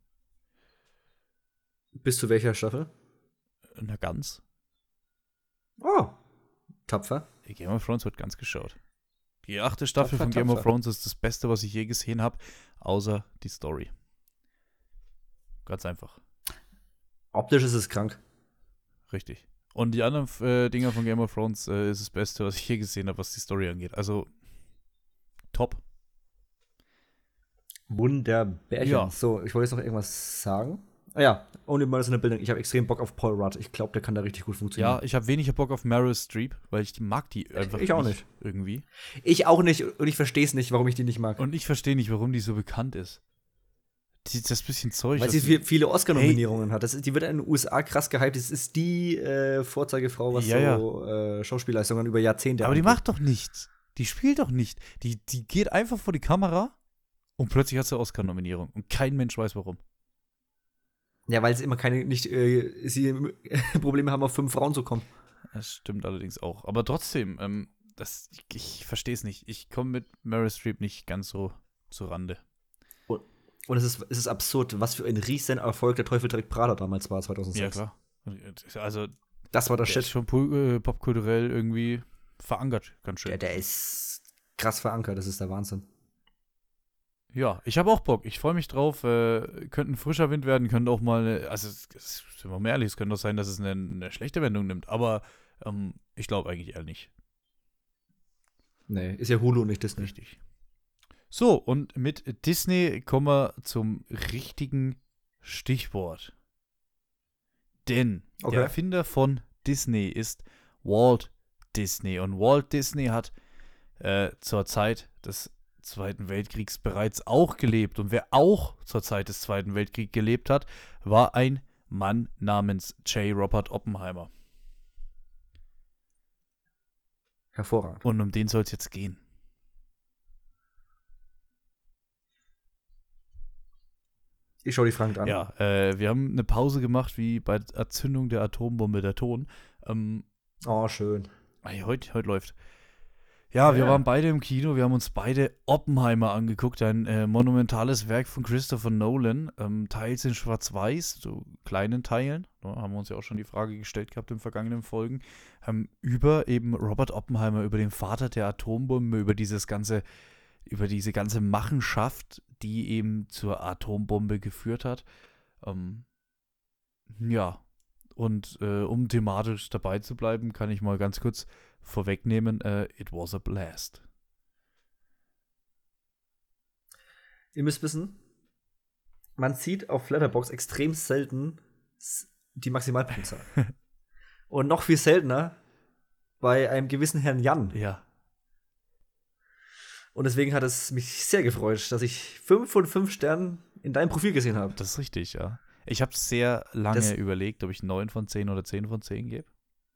Bis zu welcher Staffel? Na, ganz. Oh, tapfer. Game of Thrones wird ganz geschaut. Die achte Staffel tapfer, von Game tapfer. of Thrones ist das Beste, was ich je gesehen habe, außer die Story. Ganz einfach. Optisch ist es krank. Richtig. Und die anderen äh, Dinger von Game of Thrones äh, ist das Beste, was ich je gesehen habe, was die Story angeht. Also, top. Wunderbärchen. Ja. So, ich wollte jetzt noch irgendwas sagen. Ah ja, Only Murders in the Building. Ich habe extrem Bock auf Paul Rudd. Ich glaube, der kann da richtig gut funktionieren. Ja, ich habe weniger Bock auf Meryl Streep, weil ich die mag die einfach ich auch nicht. Irgendwie. Ich auch nicht und ich verstehe es nicht, warum ich die nicht mag. Und ich verstehe nicht, warum die so bekannt ist. Die, das bisschen Zeug. Weil sie viel, viele Oscar-Nominierungen hey. hat. Das ist, die wird in den U S A krass gehypt. Das ist die äh, Vorzeigefrau, was ja, so äh, Schauspielleistungen über Jahrzehnte Aber angeht. die macht doch nichts. Die spielt doch nicht. Die, die geht einfach vor die Kamera und plötzlich hat sie Oscar-Nominierung. Und kein Mensch weiß warum. Ja, weil sie immer keine, nicht, äh, sie Probleme haben, auf fünf Frauen zu kommen. Das stimmt allerdings auch. Aber trotzdem, ähm, das, ich, ich verstehe es nicht. Ich komme mit Meryl Streep nicht ganz so zur Rande. Und, und es, ist, es ist absurd, was für ein riesen Erfolg der Teufel trägt Prada damals war, zweitausendsechs. Ja, klar. Also, das war der, der Shit. ist schon pu- popkulturell irgendwie verankert, ganz schön. Der, der ist krass verankert, das ist der Wahnsinn. Ja, ich habe auch Bock. Ich freue mich drauf. Äh, könnte ein frischer Wind werden, könnte auch mal, eine, also es, es, sind wir mal ehrlich, es könnte auch sein, dass es eine, eine schlechte Wendung nimmt. Aber ähm, ich glaube eigentlich eher nicht. Nee, ist ja Hulu, nicht Disney. Richtig. So, und mit Disney kommen wir zum richtigen Stichwort. Denn okay. der Erfinder von Disney ist Walt Disney. Und Walt Disney hat äh, zur Zeit des Zweiten Weltkriegs bereits auch gelebt. Und wer auch zur Zeit des Zweiten Weltkriegs gelebt hat, war ein Mann namens J. Robert Oppenheimer. Hervorragend. Und um den soll es jetzt gehen. Ich schaue die fragend an. Ja, äh, wir haben eine Pause gemacht, wie bei Erzündung der Atombombe der Ton. Ähm, Oh, schön. ey, heute, heute läuft. Ja, wir Ja. waren beide im Kino, wir haben uns beide Oppenheimer angeguckt, ein äh, monumentales Werk von Christopher Nolan, ähm, teils in Schwarz-Weiß, so kleinen Teilen, da haben wir uns ja auch schon die Frage gestellt gehabt in vergangenen Folgen, ähm, über eben Robert Oppenheimer, über den Vater der Atombombe, über dieses ganze, über diese ganze Machenschaft, die eben zur Atombombe geführt hat. Ähm, ja, und äh, um thematisch dabei zu bleiben, kann ich mal ganz kurz vorwegnehmen, äh, it was a blast. Ihr müsst wissen, man sieht auf Letterboxd extrem selten s- die Maximalpunktzahl. Und noch viel seltener bei einem gewissen Herrn Jan. Ja, Und deswegen hat es mich sehr gefreut, dass ich fünf von fünf Sternen in deinem Profil gesehen habe. das ist richtig, ja. Ich habe sehr lange Das- überlegt, ob ich neun von zehn oder zehn von zehn gebe.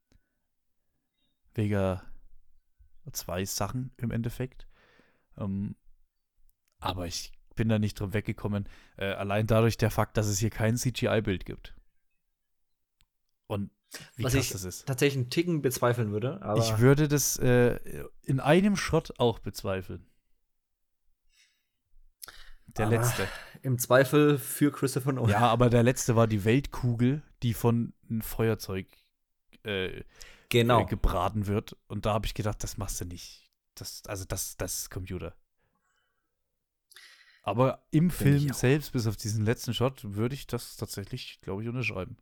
Wegen zwei Sachen im Endeffekt. Ähm, aber ich bin da nicht drum weggekommen. Äh, allein dadurch der Fakt, dass es hier kein C G I-Bild gibt. Und wie Was krass ich das ist. tatsächlich einen Ticken bezweifeln würde. Aber Ich würde das äh, in einem Shot auch bezweifeln. Der Aber letzte. im Zweifel für Christopher Nolan. Ja, aber der letzte war die Weltkugel, die von einem Feuerzeug äh, Genau. äh, gebraten wird. Und da habe ich gedacht, das machst du nicht. Das, also das, das ist Computer. Aber im Denk Film ich auch. selbst, bis auf diesen letzten Shot, würde ich das tatsächlich, glaube ich, unterschreiben.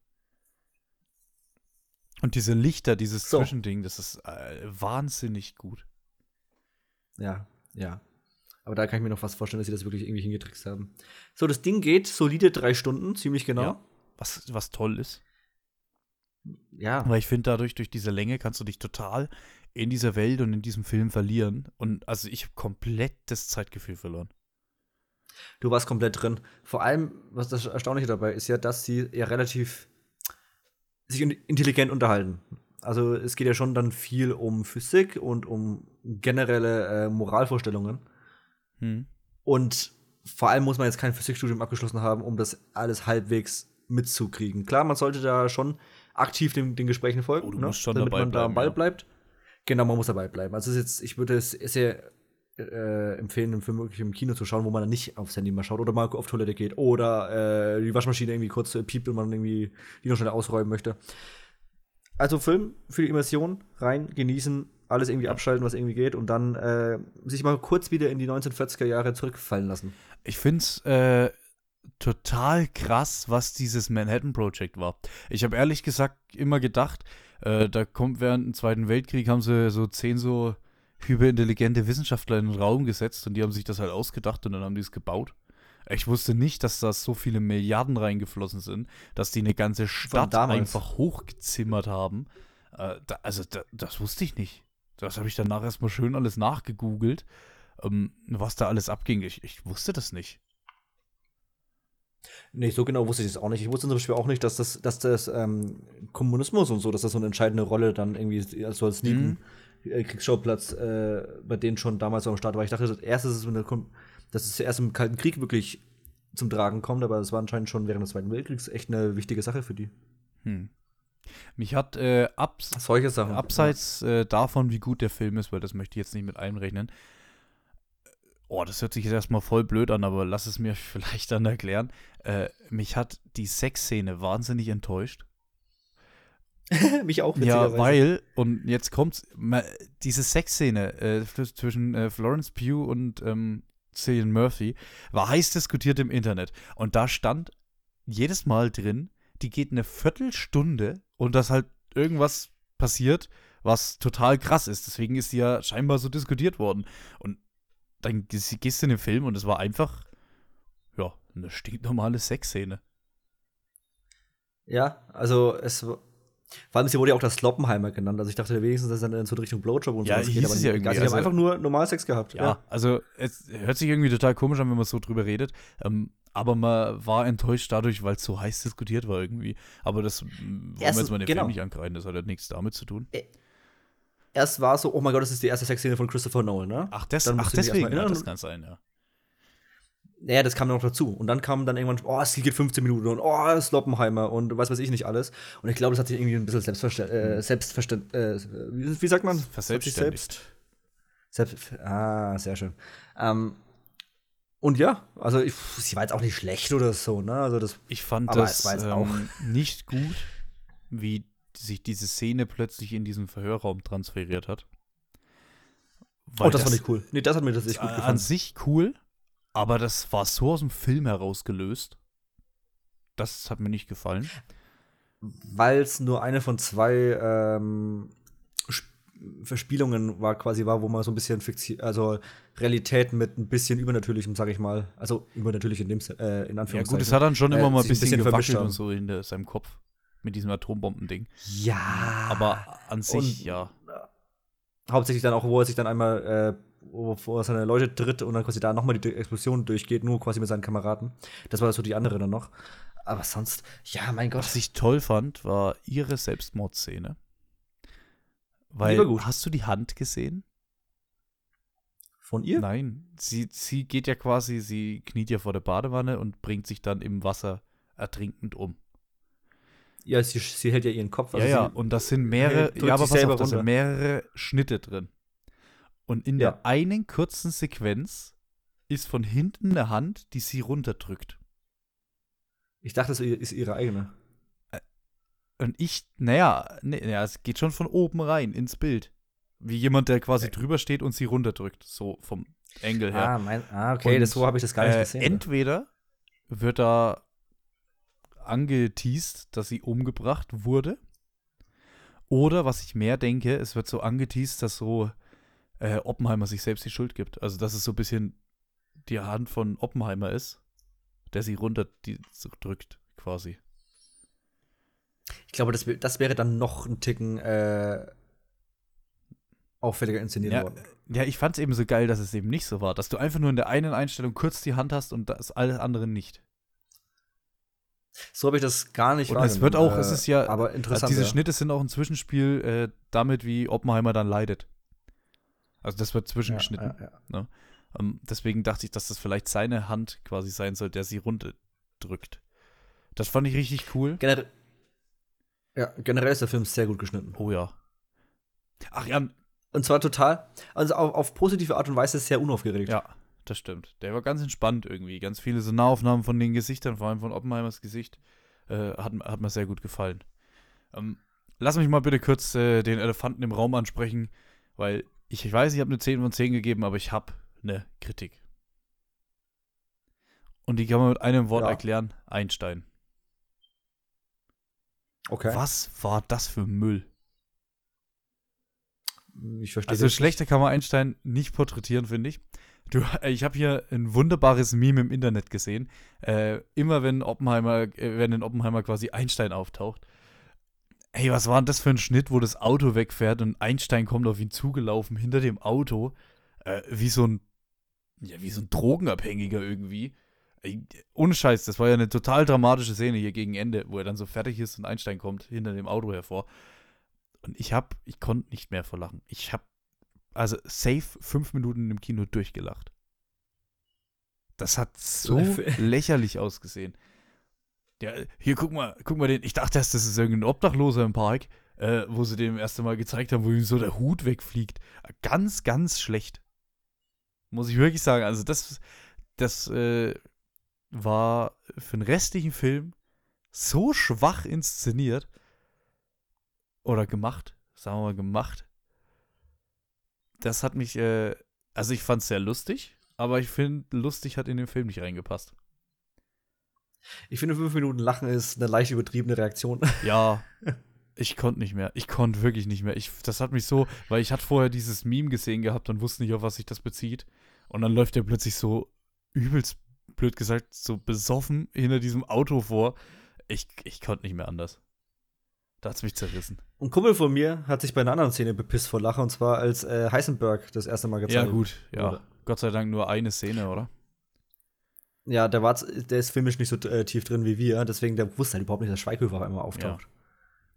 Und diese Lichter, dieses So. Zwischending, das ist äh, wahnsinnig gut. Ja, ja. Aber da kann ich mir noch fast vorstellen, dass sie das wirklich irgendwie hingetrickst haben. So, das Ding geht solide drei Stunden, ziemlich genau. Ja. Was, was toll ist. Ja. Aber ich finde, dadurch, durch diese Länge, kannst du dich total in dieser Welt und in diesem Film verlieren. Und also ich habe komplett das Zeitgefühl verloren. Du warst komplett drin. Vor allem, was das Erstaunliche dabei ist ja, dass sie ja relativ sich in- intelligent unterhalten. Also es geht ja schon dann viel um Physik und um generelle äh, Moralvorstellungen. Hm. Und vor allem muss man jetzt kein Physikstudium abgeschlossen haben, um das alles halbwegs mitzukriegen. Klar, man sollte da schon aktiv den, den Gesprächen folgen, Oh, du ne? musst schon damit dabei man da am bleiben, Ball ja. bleibt. Genau, man muss dabei bleiben. Also es ist jetzt, ich würde es sehr äh, empfehlen, den Film wirklich im Kino zu schauen, wo man dann nicht aufs Handy mal schaut oder mal auf Toilette geht oder äh, die Waschmaschine irgendwie kurz äh, piept und man irgendwie die noch schnell ausräumen möchte. Also Film für die Immersion, rein, genießen, alles irgendwie abschalten, was irgendwie geht und dann äh, sich mal kurz wieder in die neunzehnhundertvierziger Jahre zurückfallen lassen. Ich finde es äh, total krass, was dieses Manhattan Project war. Ich habe ehrlich gesagt immer gedacht, äh, da kommt während dem Zweiten Weltkrieg, haben sie so zehn so hyperintelligente Wissenschaftler in den Raum gesetzt und die haben sich das halt ausgedacht und dann haben die es gebaut. Ich wusste nicht, dass da so viele Milliarden reingeflossen sind, dass die eine ganze Stadt damals. einfach hochgezimmert haben. Äh, da, also da, das wusste ich nicht. Das habe ich danach erstmal schön alles nachgegoogelt, ähm, was da alles abging. Ich, ich wusste das nicht. Nee, so genau wusste ich das auch nicht. Ich wusste zum Beispiel auch nicht, dass das, dass das ähm, Kommunismus und so, dass das so eine entscheidende Rolle dann irgendwie also als Mhm. Nebenkriegsschauplatz äh, bei denen schon damals so am Start war. Ich dachte, das erste ist es, wenn der Kom- dass es erst im Kalten Krieg wirklich zum Tragen kommt, aber es war anscheinend schon während des Zweiten Weltkriegs echt eine wichtige Sache für die. Hm. Mich hat äh, abs Solche Sachen. abseits äh, davon, wie gut der Film ist, weil das möchte ich jetzt nicht mit einrechnen. Oh, das hört sich jetzt erstmal voll blöd an, aber lass es mir vielleicht dann erklären. Äh, mich hat die Sexszene wahnsinnig enttäuscht. Ja. Mich auch, Ja, witzigerweise. weil, und jetzt kommt's, ma- diese Sexszene äh, f- zwischen äh, Florence Pugh und ähm, Cillian Murphy war heiß diskutiert im Internet. Und da stand jedes Mal drin, die geht eine Viertelstunde und dass halt irgendwas passiert, was total krass ist. Deswegen ist sie ja scheinbar so diskutiert worden. Und dann gehst gehst du in den Film und es war einfach, ja, eine stinknormale Sexszene. Ja, also es war- vor allem, sie wurde ja auch das Sloppenheimer genannt. Also ich dachte wenigstens, dass es dann in so Richtung Blowjob und Ja, sowas hieß geht. Aber es ja nicht. irgendwie. Also, sie Also- haben einfach nur normal Sex gehabt. Ja, also es hört sich irgendwie total komisch an, wenn man so drüber redet. Ähm, aber man war enttäuscht dadurch, weil es so heiß diskutiert war irgendwie. Aber das mm, wollen wir Erstens- jetzt mal den genau. Film nicht ankreiden, das hat ja nichts damit zu tun. erst war es so, oh mein Gott, das ist die erste Sexszene von Christopher Nolan, ne? Ach, des, Dann ach musst du dich deswegen, erstmal ja, erinnern. das kann sein, ja. Naja, das kam noch dazu. Und dann kam dann irgendwann, oh, es geht fünfzehn Minuten und oh, es ist Oppenheimer und was weiß ich nicht alles. Und ich glaube, das hat sich irgendwie ein bisschen selbstverständ, äh, selbstverständ, äh, wie, wie sagt man? Verselbstständigt. Selbst, selbst, ah, sehr schön. Ähm, und ja, also ich, sie war jetzt auch nicht schlecht oder so, ne? Also das, Ich fand aber das es war jetzt ähm, auch nicht gut, wie sich diese Szene plötzlich in diesen Verhörraum transferiert hat. Weil oh, das, fand ich cool. Nee, das hat mir tatsächlich gut An gefallen. sich cool, aber das war so aus dem Film herausgelöst. Das hat mir nicht gefallen. Weil es nur eine von zwei ähm, Sp- Verspielungen war, quasi war, wo man so ein bisschen Fiktion, also Realität mit ein bisschen Übernatürlichem, sag ich mal, also übernatürlich in dem Sin- äh, in Ja Anführungszeichen. gut, es hat dann schon äh, immer mal ein sich bisschen, vermischt gewackelt haben. und so in der, seinem Kopf mit diesem Atombombending. Ja. Aber an sich, Und ja. hauptsächlich dann auch, wo er sich dann einmal, äh, wo, wo er seine Leute tritt und dann quasi da nochmal die Explosion durchgeht, nur quasi mit seinen Kameraden. Das war so die andere dann noch. Aber sonst, ja, mein Gott. Was ich toll fand, war ihre Selbstmordszene. Weil, Die war gut. hast du die Hand gesehen? Von ihr? Nein, sie, sie geht ja quasi, sie kniet ja vor der Badewanne und bringt sich dann im Wasser ertrinkend um. Ja, sie, sie hält ja ihren Kopf. Also ja, ja, sie und das sind mehrere, drückt ja, aber sich pass selber auf, da sind runter. mehrere Schnitte drin. Und in Ja. der einen kurzen Sequenz ist von hinten eine Hand, die sie runterdrückt. Ich dachte, das ist ihre eigene. Und ich, naja, ne, ja, es geht schon von oben rein ins Bild. Wie jemand, der quasi drüber steht und sie runterdrückt. So vom Engel her. Ah, mein, ah okay, Und, das, so habe ich das gar nicht äh, gesehen. Entweder wird da angeteased, dass sie umgebracht wurde. Oder, was ich mehr denke, es wird so angeteased, dass so äh, Oppenheimer sich selbst die Schuld gibt. Also, dass es so ein bisschen die Hand von Oppenheimer ist, der sie runterdrückt, quasi. Ich glaube, das, wär- das wäre dann noch ein Ticken äh, auffälliger inszeniert Ja, worden. ja, ich fand es eben so geil, dass es eben nicht so war. Dass du einfach nur in der einen Einstellung kurz die Hand hast und das alles andere nicht. So habe ich das gar nicht Und es wird wahrgenommen, auch, äh, es ist ja, aber also interessant. diese ja. Schnitte sind auch ein Zwischenspiel äh, damit, wie Oppenheimer dann leidet. Also das wird ja, zwischengeschnitten. ja, ja. Ähm, deswegen dachte ich, dass das vielleicht seine Hand quasi sein soll, der sie runterdrückt. Das fand ich richtig cool. Generell, ja, generell ist der Film sehr gut geschnitten. Oh ja. Ach ja, Und zwar total, also auf, auf positive Art und Weise sehr unaufgeregt. ja, das stimmt. Der war ganz entspannt irgendwie. Ganz viele so Nahaufnahmen von den Gesichtern, vor allem von Oppenheimers Gesicht, äh, hat, hat mir sehr gut gefallen. Ähm, lass mich mal bitte kurz äh, den Elefanten im Raum ansprechen, weil ich, ich weiß, ich habe eine zehn von zehn gegeben, aber ich habe eine Kritik. Und die kann man mit einem Wort Ja. erklären: Einstein. Okay. Was war das für Müll? Ich verstehe Also das schlechter kann man Einstein nicht porträtieren, finde ich. Du, äh, ich habe hier ein wunderbares Meme im Internet gesehen. Äh, immer wenn Oppenheimer, äh, wenn in Oppenheimer quasi Einstein auftaucht. Ey, was war denn das für ein Schnitt, wo das Auto wegfährt und Einstein kommt auf ihn zugelaufen hinter dem Auto, äh, wie so ein, ja, wie so ein Drogenabhängiger irgendwie. Ey, ohne Scheiß, das war ja eine total dramatische Szene hier gegen Ende, wo er dann so fertig ist und Einstein kommt hinter dem Auto hervor. Und ich hab, ich konnte nicht mehr vor Lachen. Ich hab, also safe fünf Minuten im Kino durchgelacht. Das hat so lächerlich ausgesehen. Ja, hier, guck mal, guck mal den, ich dachte erst, das ist irgendein Obdachloser im Park, äh, wo sie dem erste Mal gezeigt haben, wo ihm so der Hut wegfliegt. Ganz, ganz schlecht. Muss ich wirklich sagen. Also das, das äh, war für den restlichen Film so schwach inszeniert. Oder gemacht, sagen wir mal gemacht. Das hat mich, äh, also ich fand es sehr lustig, aber ich finde, lustig hat in den Film nicht reingepasst. Ich finde, fünf Minuten Lachen ist eine leicht übertriebene Reaktion. Ja, ich konnte nicht mehr. Ich konnte wirklich nicht mehr. Ich, das hat mich so, weil ich hatte vorher dieses Meme gesehen gehabt und wusste nicht, auf was sich das bezieht. Und dann läuft er plötzlich so übelst, blöd gesagt, so besoffen hinter diesem Auto vor. Ich, ich konnte nicht mehr anders. Da hat's mich zerrissen. Ein Kumpel von mir hat sich bei einer anderen Szene bepisst vor Lachen, und zwar als äh, Heisenberg das erste Mal gezeigt Ja, gut, ja. wurde. Gott sei Dank nur eine Szene, oder? Ja, der, war, der ist filmisch nicht so äh, tief drin wie wir, deswegen der wusste halt überhaupt nicht, dass Schweighöfer auf einmal auftaucht. Ja.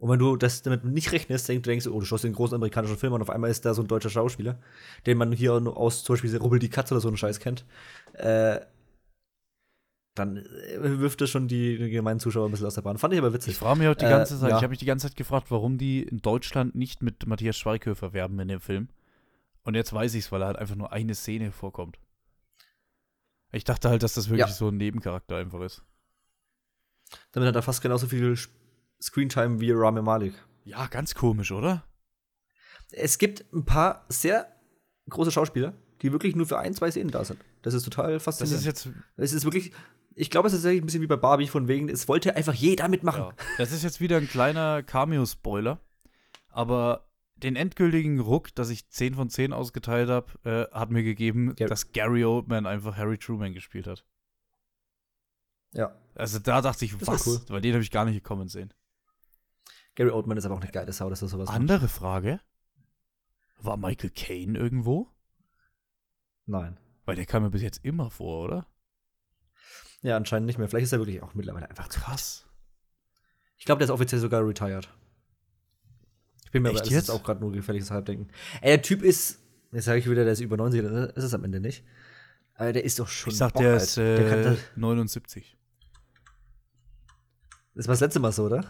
Und wenn du das damit nicht rechnest, denkst du, denkst, oh, du schaust den großen amerikanischen Film und auf einmal ist da so ein deutscher Schauspieler, den man hier nur aus zum Beispiel Rubbel die Katze oder so einen Scheiß kennt, äh, dann äh, wirft das schon die, die gemeinen Zuschauer ein bisschen aus der Bahn. Fand ich aber witzig. Ich frage mich auch die Äh, ganze Zeit, ja. ich habe mich die ganze Zeit gefragt, warum die in Deutschland nicht mit Matthias Schweighöfer werben in dem Film. Und jetzt weiß ich es, weil er halt einfach nur eine Szene vorkommt. Ich dachte halt, dass das wirklich Ja. so ein Nebencharakter einfach ist. Damit hat er fast genauso viel Screentime wie Rami Malek. Ja, ganz komisch, oder? Es gibt ein paar sehr große Schauspieler, die wirklich nur für ein, zwei Szenen da sind. Das ist total Das faszinierend. ist jetzt, Es ist wirklich, ich glaube, es ist tatsächlich ein bisschen wie bei Barbie, von wegen, es wollte einfach jeder mitmachen. ja, das ist jetzt wieder ein kleiner Cameo-Spoiler. Aber den endgültigen Ruck, dass ich zehn von zehn ausgeteilt habe, äh, hat mir gegeben, Gar- dass Gary Oldman einfach Harry Truman gespielt hat. Ja. Also da dachte ich, Das war was? cool. Weil den habe ich gar nicht gekommen sehen. Gary Oldman ist aber auch eine geile Sau, dass er sowas macht. Andere Frage. War Michael Caine irgendwo? Nein. Weil der kam mir bis jetzt immer vor, oder? Ja, anscheinend nicht mehr. Vielleicht ist er wirklich auch mittlerweile einfach zu. Krass. Ich glaube, der ist offiziell sogar retired. Ich bin mir Echt aber, das jetzt? ist auch gerade nur gefährliches Halbdenken. Ey, der Typ ist, jetzt sage ich wieder, der ist über neunzig, das ist es am Ende nicht. Aber der ist doch schon Ich sag, der bockalt. ist Der kann äh, das, neunundsiebzig. das war das letzte Mal so, oder?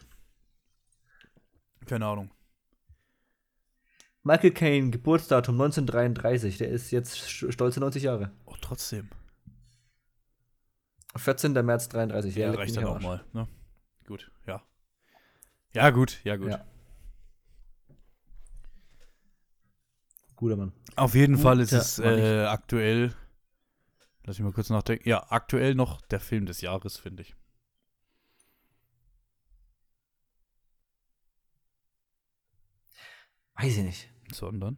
Keine Ahnung. Michael Caine, Geburtsdatum neunzehnhundertdreiunddreißig. Der ist jetzt sch- stolze neunzig Jahre. Oh, trotzdem. vierzehnter März dreiunddreißig. Ja, leck reicht mich dann am auch Arsch. mal, ne? Gut, ja. Ja, gut, ja, gut. Ja. Guter Mann. Auf jeden Guter Fall ist es Mann. äh, aktuell, lass mich mal kurz nachdenken, ja, aktuell noch der Film des Jahres, finde ich. Weiß ich nicht. Sondern?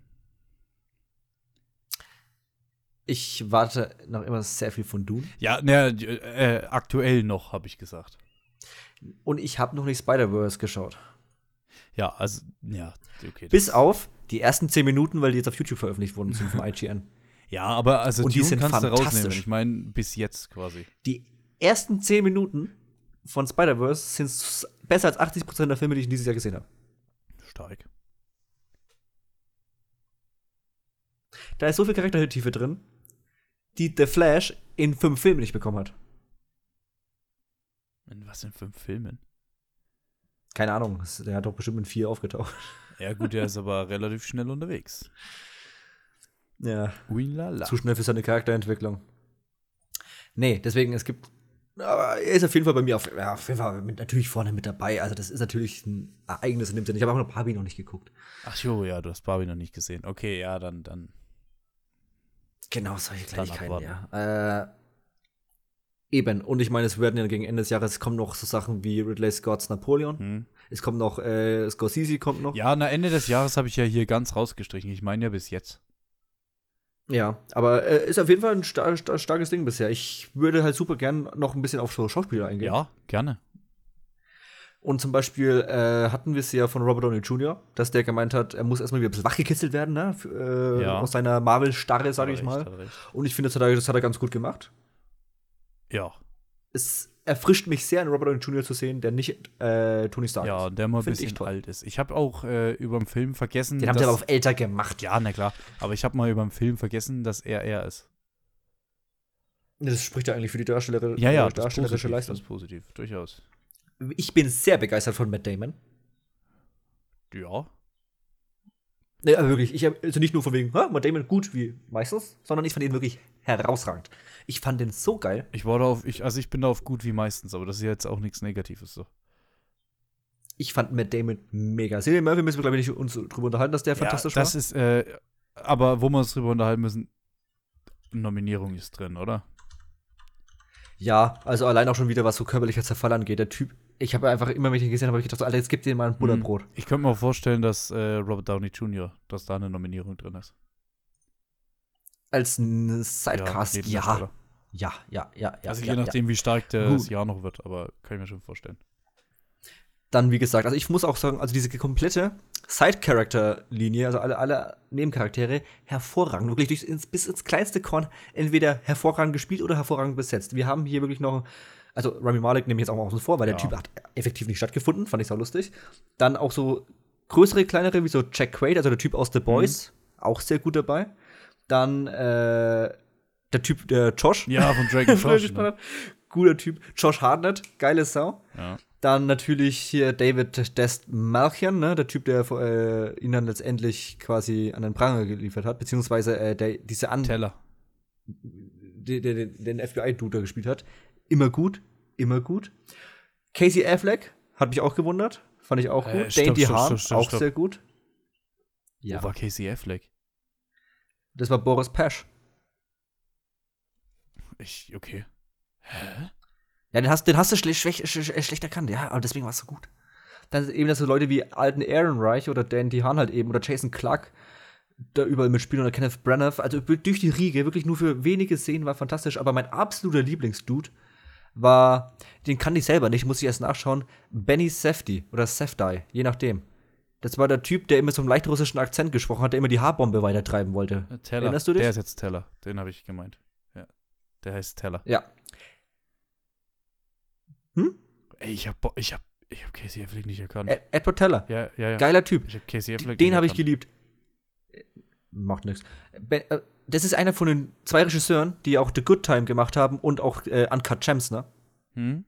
Ich warte noch immer sehr viel von Dune. Ja, ne, äh, aktuell noch, habe ich gesagt. Und ich habe noch nicht Spider-Verse geschaut. Ja, also, ja, okay. Bis auf die ersten zehn Minuten, weil die jetzt auf YouTube veröffentlicht worden sind vom I G N. Ja, aber also Und die Dune sind kannst du rausnehmen. fantastisch. Ich meine, bis jetzt quasi. Die ersten zehn Minuten von Spider-Verse sind s- besser als achtzig Prozent der Filme, die ich dieses Jahr gesehen habe. Stark. Da ist so viel Charaktertiefe drin, die The Flash in fünf Filmen nicht bekommen hat. In was in fünf Filmen? Keine Ahnung, es- der hat doch bestimmt in vier aufgetaucht. Ja, gut, der ist aber relativ schnell unterwegs. Ja, Uilala. zu schnell für seine Charakterentwicklung. Nee, deswegen, es gibt. Aber er ist auf jeden Fall bei mir auf, ja, auf jeden Fall mit, natürlich vorne mit dabei. Also, das ist natürlich ein Ereignis in dem Sinne. Ich habe auch noch Barbie noch nicht geguckt. Ach jo, ja, du hast Barbie noch nicht gesehen. Okay, ja, dann, dann. Genau, solche Dann Kleinigkeiten, abwarten. ja. Äh, eben, und ich meine, es werden ja gegen Ende des Jahres kommen noch so Sachen wie Ridley Scott's Napoleon. Hm. Es kommt noch, äh, Scorsese kommt noch. Ja, na, Ende des Jahres habe ich ja hier ganz rausgestrichen. Ich meine ja bis jetzt. Ja, aber äh, ist auf jeden Fall ein star star starkes Ding bisher. Ich würde halt super gern noch ein bisschen auf so Schauspieler eingehen. Ja, gerne. Und zum Beispiel äh, hatten wir es ja von Robert Downey Junior, dass der gemeint hat, er muss erstmal wieder ein bisschen wachgekitzelt werden, ne? Für, äh, Ja. aus seiner Marvel-Starre, sage Hat ich er recht, mal. hat er recht. Und ich finde, das hat, er, das hat er ganz gut gemacht. Ja, Es erfrischt mich sehr, einen Robert Downey Junior zu sehen, der nicht äh, Tony Stark ja, ist. der mal ein Find ich bisschen toll. alt ist. Ich habe auch äh, über den Film vergessen, Den haben dass, sie aber auf älter gemacht. ja, na klar. Aber ich habe mal über den Film vergessen, dass er er ist. Das spricht ja eigentlich für die Darsteller Ja, ja, äh, das ist darstellerische positiv, Leistung. das ist positiv, durchaus. Ich bin sehr begeistert von Matt Damon. Ja, Nee, aber wirklich, ich hab, also nicht nur von wegen, ha, Matt Damon gut wie meistens, sondern ich fand ihn wirklich herausragend. Ich fand den so geil. ich war da auf, ich, also ich bin da auf gut wie meistens, aber das ist jetzt auch nichts Negatives so. Ich fand Matt Damon mega. Cillian Murphy müssen wir, glaube ich, nicht uns drüber unterhalten, dass der fantastisch ja, das war. ist, äh, aber wo wir uns drüber unterhalten müssen, Nominierung ist drin, oder? Ja, also allein auch schon wieder, was so körperlicher Zerfall angeht. Der Typ, ich habe einfach immer, wenn ich ihn gesehen habe, ich gedacht, so, Alter, jetzt gib dir mal ein Butterbrot. Ich könnte mir auch vorstellen, dass äh, Robert Downey Junior, dass da eine Nominierung drin ist. Als ein Sidecast, ja. Nebendarsteller. Ja, ja, ja, ja. Also ja, je nachdem, wie stark das Gut. Jahr noch wird, aber kann ich mir schon vorstellen. Dann, wie gesagt, also ich muss auch sagen, also diese komplette Side-Character-Linie, also alle, alle Nebencharaktere, hervorragend. Wirklich durch, ins, bis ins kleinste Korn entweder hervorragend gespielt oder hervorragend besetzt. Wir haben hier wirklich noch Also Rami Malek nehme ich jetzt auch mal außen vor, weil der Ja. Typ hat effektiv nicht stattgefunden, fand ich auch lustig. Dann auch so größere, kleinere, wie so Jack Quaid, also der Typ aus The Boys, auch sehr gut dabei. Dann äh, der Typ, der Josh. Ja, von Drake und früher Josh. gespielt Ne? hat. Guter Typ. Josh Hartnett, geile Sau. Ja. Dann natürlich hier David Dastmalchian, ne, der Typ, der äh, ihn dann letztendlich quasi an den Pranger geliefert hat, beziehungsweise äh, der, diese An Teller. der, der, den F B I-Dude da gespielt hat. Immer gut, immer gut. Casey Affleck hat mich auch gewundert, fand ich auch Äh, gut. stopp, Dane stopp, DeHaan, stopp, stopp, auch stopp. sehr gut. Ja, Wo war Casey Affleck? das war Boris Pasch. Ich, okay. Hä? Ja, den hast, den hast du schle schlecht, sch sch schlecht erkannt, ja, aber deswegen war es so gut. Dann eben, dass so Leute wie alten Ehrenreich oder Dan DeHaan halt eben oder Jason Clarke da überall mitspielen oder Kenneth Branagh, also durch die Riege, wirklich nur für wenige Szenen war fantastisch, aber mein absoluter Lieblingsdude war, den kannte ich selber nicht, muss ich erst nachschauen, Benny Safdie oder Safdie, je nachdem. Das war der Typ, der immer so einen leicht russischen Akzent gesprochen hat, der immer die Haarbombe weitertreiben wollte. Teller. Erinnerst du dich? Der ist jetzt Teller. Den habe ich gemeint. Ja. Der heißt Teller. Ja. Hm? Ey, ich hab, ich hab, ich hab Casey Affleck nicht erkannt. Ed Edward Teller. ja, ja, ja. Geiler Typ. Ich hab Casey Affleck Den nicht habe ich erkannt. geliebt. Macht nichts. Das ist einer von den zwei Regisseuren, die auch The Good Time gemacht haben und auch äh, Uncut Gems, ne? Hm?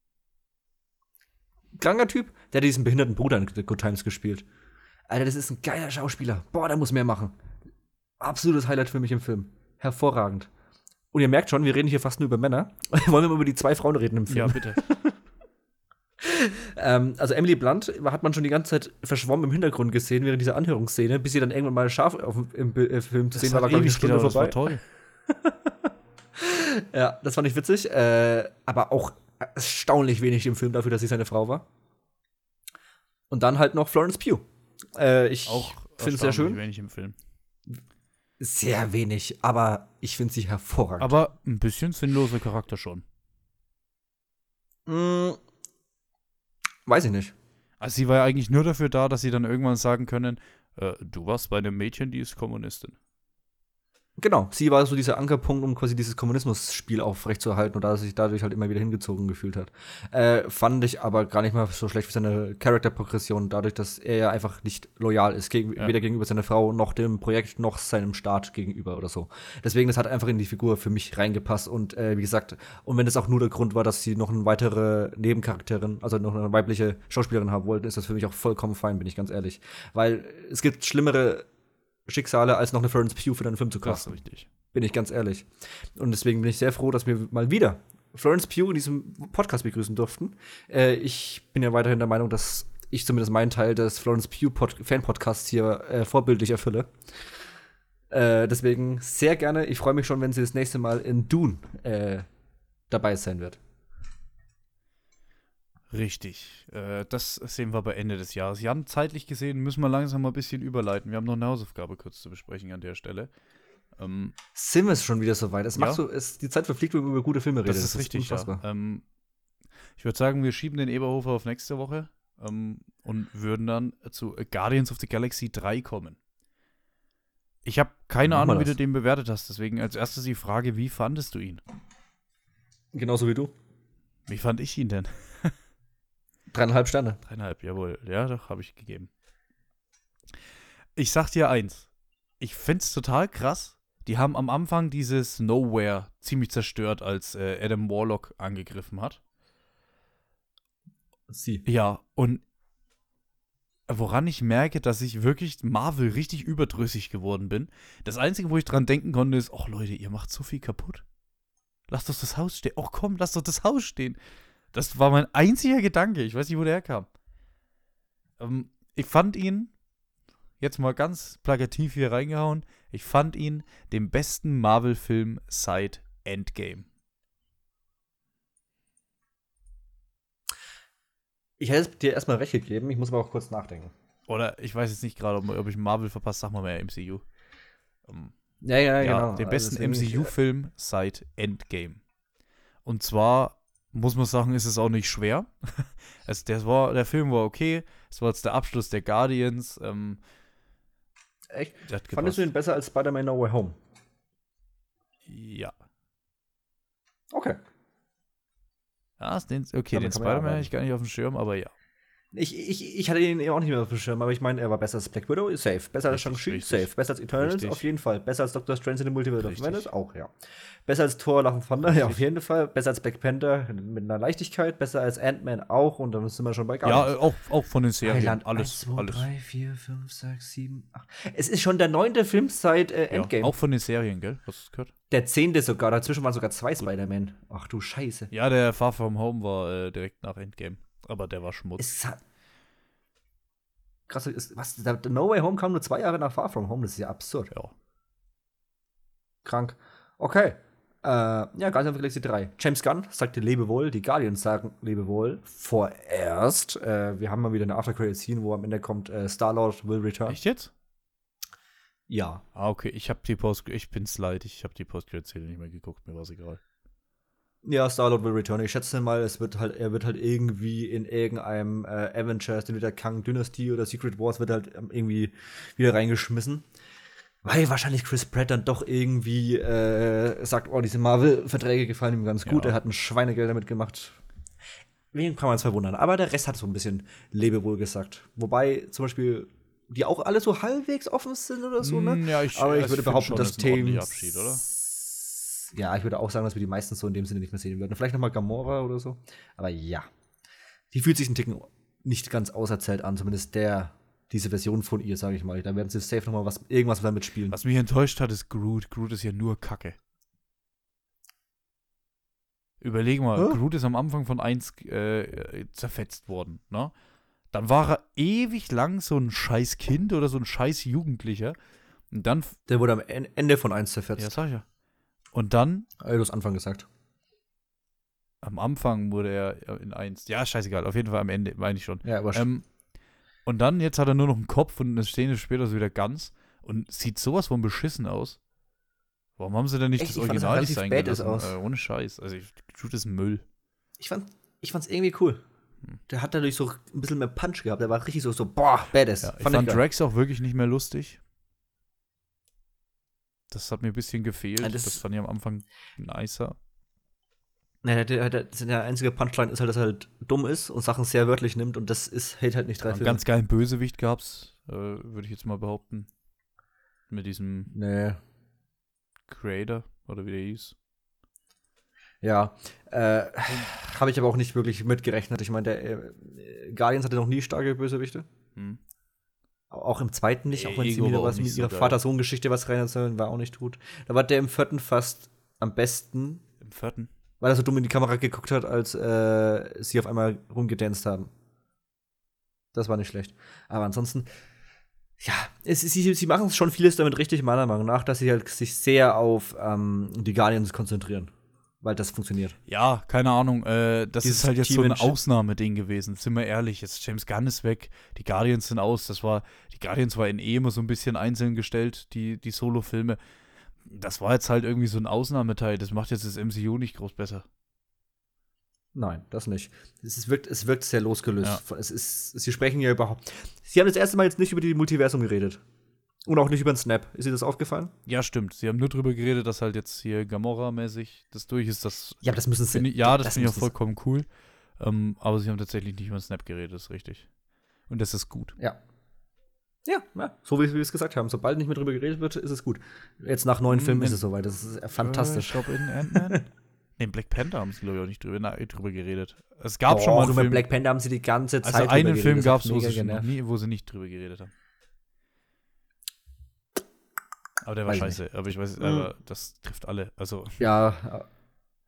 Kranker Typ, der hat diesen behinderten Bruder in The Good Times gespielt. Alter, das ist ein geiler Schauspieler. Boah, der muss mehr machen. Absolutes Highlight für mich im Film. Hervorragend. Und ihr merkt schon, wir reden hier fast nur über Männer. Wollen wir mal über die zwei Frauen reden im Film? Ja, bitte. Ähm, also Emily Blunt hat man schon die ganze Zeit verschwommen im Hintergrund gesehen während dieser Anhörungsszene, bis sie dann irgendwann mal scharf auf, im, Bi- äh, Film zu Das sehen war, war hat glaube ich, ewig eine Stunde gedauert, das vorbei. war toll. Ja, das fand ich witzig. Äh, aber auch erstaunlich wenig im Film dafür, dass sie seine Frau war. Und dann halt noch Florence Pugh. Äh, ich Auch finde es sehr schön. wenig im Film. Sehr wenig, aber ich finde sie hervorragend. Aber ein bisschen sinnloser Charakter schon. Mm, weiß ich nicht. Also sie war ja eigentlich nur dafür da, dass sie dann irgendwann sagen können, äh, du warst bei einem Mädchen, die ist Kommunistin. Genau, sie war so dieser Ankerpunkt, um quasi dieses Kommunismus-Spiel aufrechtzuerhalten und da er sich dadurch halt immer wieder hingezogen gefühlt hat. Äh, fand ich aber gar nicht mal so schlecht für seine Charakterprogression, dadurch, dass er ja einfach nicht loyal ist, gegen, Ja. weder gegenüber seiner Frau, noch dem Projekt, noch seinem Staat gegenüber oder so. Deswegen, das hat einfach in die Figur für mich reingepasst und äh, wie gesagt, und wenn das auch nur der Grund war, dass sie noch eine weitere Nebencharakterin, also noch eine weibliche Schauspielerin haben wollten, ist das für mich auch vollkommen fein, bin ich ganz ehrlich. Weil es gibt schlimmere Schicksale, als noch eine Florence Pugh für deinen Film zu Das ist casten. richtig. Bin ich ganz ehrlich. Und deswegen bin ich sehr froh, dass wir mal wieder Florence Pugh in diesem Podcast begrüßen durften. Äh, ich bin ja weiterhin der Meinung, dass ich zumindest meinen Teil des Florence Pugh Fan-Podcasts hier äh, vorbildlich erfülle. Äh, deswegen sehr gerne. Ich freue mich schon, wenn sie das nächste Mal in Dune äh, dabei sein wird. Richtig. Äh, das sehen wir bei Ende des Jahres. Jan, zeitlich gesehen müssen wir langsam mal ein bisschen überleiten. Wir haben noch eine Hausaufgabe kurz zu besprechen an der Stelle. Ähm, Sind wir schon wieder so weit? Es Ja. macht so, es, die Zeit verfliegt, wenn man über gute Filme redet. das ist richtig, ja. unfassbar. Ähm, ich würde sagen, wir schieben den Eberhofer auf nächste Woche ähm, und würden dann zu Guardians of the Galaxy drei kommen. Ich habe keine Machen wir Ahnung, wie das. du den bewertet hast. Deswegen als erstes die Frage, wie fandest du ihn? Genauso wie du. Wie fand ich ihn denn? Dreieinhalb Sterne. Dreieinhalb, jawohl. Ja, doch, habe ich gegeben. Ich sag dir eins. Ich find's total krass. Die haben am Anfang dieses Nowhere ziemlich zerstört, als äh, Adam Warlock angegriffen hat. Sie. Ja, und woran ich merke, dass ich wirklich Marvel richtig überdrüssig geworden bin. Das Einzige, wo ich dran denken konnte, ist, ach Leute, ihr macht so viel kaputt. Lasst doch das Haus stehen. Ach komm, lasst doch das Haus stehen. Das war mein einziger Gedanke. Ich weiß nicht, wo der herkam. Ähm, ich fand ihn, jetzt mal ganz plakativ hier reingehauen, ich fand ihn den besten Marvel-Film seit Endgame. Ich hätte dir erstmal recht gegeben, ich muss aber auch kurz nachdenken. Oder ich weiß jetzt nicht gerade, ob, ob ich Marvel verpasst, sag mal mehr M C U. Ähm, Ja, ja, ja, genau. den Also besten deswegen, M C U-Film seit Endgame. Und zwar, muss man sagen, ist es auch nicht schwer. also der, war, der Film war okay. Es war jetzt der Abschluss der Guardians. Ähm, Echt? der hat Fandest du gepasst. ihn besser als Spider-Man No Way Home? Ja. Okay. Ja, den, okay, Damit den kann man ja Spider-Man hatte arbeiten. ich gar nicht auf dem Schirm, aber ja. Ich, ich, ich hatte ihn eben auch nicht mehr auf dem Schirm, aber ich meine, er war besser als Black Widow, safe. Besser als Richtig, Shang-Chi, richtig. safe. Besser als Eternals, Richtig. auf jeden Fall. Besser als Doctor Strange in the Multiverse of Richtig. Madness, auch, ja. Besser als Thor, Love and Thunder, ja, auf Richtig. jeden Fall. Besser als Black Panther, mit einer Leichtigkeit. Besser als Ant-Man auch, und dann sind wir schon bei Ja, Guardians. äh, auch, auch von den Serien. Thailand, Alles, eins, zwei, alles. drei, vier, fünf, sechs, sieben, acht. Es ist schon der neunte Film seit äh, Ja, Endgame. auch von den Serien, gell? Hast du es gehört? Der zehnte sogar, dazwischen waren sogar zwei Spider-Man. Ach du Scheiße. Ja, der Far From Home war äh, direkt nach Endgame. Aber der war Schmutz. Es hat. Krass, ist, was? der No Way Home kam nur zwei Jahre nach Far From Home, das ist ja absurd. Ja. Krank. Okay. Äh, ja, Guardians of the Galaxy drei. James Gunn sagte Lebewohl, die Guardians sagen Lebewohl. Vorerst. Äh, wir haben mal wieder eine After-Credit-Scene, wo am Ende kommt, äh, Star-Lord will return. Echt jetzt? Ja. Ah, okay. Ich hab die Post, ich bin's leid, ich hab die Post-Credit-Szene nicht mehr geguckt, mir war's egal. Ja, Star-Lord will return. Ich schätze mal, es wird halt, er wird halt irgendwie in irgendeinem äh, Avengers, den der Kang Dynasty oder Secret Wars, wird halt ähm, irgendwie wieder reingeschmissen. Weil wahrscheinlich Chris Pratt dann doch irgendwie äh, sagt, oh, diese Marvel-Verträge gefallen ihm ganz gut. Ja. Er hat ein Schweinegeld damit gemacht. Wen kann man es verwundern? Aber der Rest hat so ein bisschen Lebewohl gesagt. Wobei zum Beispiel die auch alle so halbwegs offen sind oder so, ne? Mm, ja, ich, Aber ich also würde find behaupten, schon, dass ist ein ordentlicher Themes. Abschied, oder? Ja, ich würde auch sagen, dass wir die meisten so in dem Sinne nicht mehr sehen würden. Vielleicht noch mal Gamora oder so. Aber ja. Die fühlt sich einen Ticken nicht ganz auserzählt an. Zumindest der, diese Version von ihr, sage ich mal. Da werden sie safe noch mal was, irgendwas damit spielen. Was mich enttäuscht hat, ist Groot. Groot ist ja nur Kacke. Überleg mal, Huh? Groot ist am Anfang von eins äh, zerfetzt worden, ne? Dann war er ewig lang so ein scheiß Kind oder so ein scheiß Jugendlicher. Und dann. Der wurde am Ende von eins zerfetzt. Ja, sag ich ja. Und dann. Also, du hast Anfang gesagt. Am Anfang wurde er in eins. Ja, scheißegal. Auf jeden Fall am Ende, meine ich schon. Ja, aber Ähm, und dann, jetzt hat er nur noch einen Kopf und eine Szene später so wieder ganz. Und sieht sowas von beschissen aus. Warum haben sie denn nicht Echt? das Ich fand, es sah Original nicht relativ sein badass gelassen? aus. Äh, ohne Scheiß. Also, ich, Groot ist Müll. Ich fand ich fand's irgendwie cool. Der hat dadurch so ein bisschen mehr Punch gehabt. Der war richtig so, so boah, badass. Ja, ich Fand fand geil. Drax auch wirklich nicht mehr lustig. Das hat mir ein bisschen gefehlt. Ja, das, das- fand ich am Anfang nicer. Nee, der, der, der, der einzige Punchline ist halt, dass er halt dumm ist und Sachen sehr wörtlich nimmt und das ist hält halt nicht drei Einen Filme. ganz geilen Bösewicht gab's, äh, würde ich jetzt mal behaupten. Mit diesem Nee. Creator, oder wie der hieß. Ja. Äh, habe ich aber auch nicht wirklich mitgerechnet. Ich meine, der äh, Guardians hatte noch nie starke Bösewichte. Hm. Auch im zweiten nicht, Ey, auch wenn sie Ego wieder war auch was mit nicht so ihrer geil. Vater-Sohn-Geschichte was rein erzählen, war auch nicht gut. Da war der im vierten fast am besten, Im vierten. weil er so dumm in die Kamera geguckt hat, als äh, sie auf einmal rumgedanzt haben. Das war nicht schlecht. Aber ansonsten, ja, es, sie, sie machen schon vieles damit richtig, meiner Meinung nach, dass sie halt sich sehr auf ähm, die Guardians konzentrieren. Weil das funktioniert. Ja, keine Ahnung. Äh, das Dieses ist halt jetzt Team so ein Mensch- Ausnahmeding gewesen. Sind wir ehrlich. Jetzt James Gunn ist weg. Die Guardians sind aus. Das war, die Guardians war in eh immer so ein bisschen einzeln gestellt, die, die Solo-Filme. Das war jetzt halt irgendwie so ein Ausnahmeteil. Das macht jetzt das M C U nicht groß besser. Nein, das nicht. Es, ist, wirkt, es wirkt sehr losgelöst. Ja. Es ist, sie sprechen ja überhaupt. Sie haben das erste Mal jetzt nicht über die Multiversum geredet. Und auch nicht über den Snap. Ist Ihnen das aufgefallen? Ja, stimmt. Sie haben nur drüber geredet, dass halt jetzt hier Gamora-mäßig das durch ist. Das Ja, aber das müssen sie. find ich, ja, das, das finde ich auch müssen sie. vollkommen cool. Ähm, aber sie haben tatsächlich nicht über den Snap geredet, das ist richtig. Und das ist gut. Ja. Ja, ja, so wie wir es gesagt haben. Sobald nicht mehr drüber geredet wird, ist es gut. Jetzt nach neun Hm, Filmen ist in- es soweit. Das ist äh, Äh, ich fantastisch. glaube, in Ant-Man. Ne, in Black Panther haben sie, glaube ich, auch nicht drüber, na, drüber geredet. Es gab Doch, schon mal einen über Film. Black Panther haben sie die ganze Zeit also drüber einen geredet. Film Das gab hat es, wo, mega sie schon noch genervt. nie- wo sie nicht drüber geredet haben. Aber der war Weiß ich scheiße. Aber ich weiß, Mhm. aber das trifft alle. Also, Ja. äh,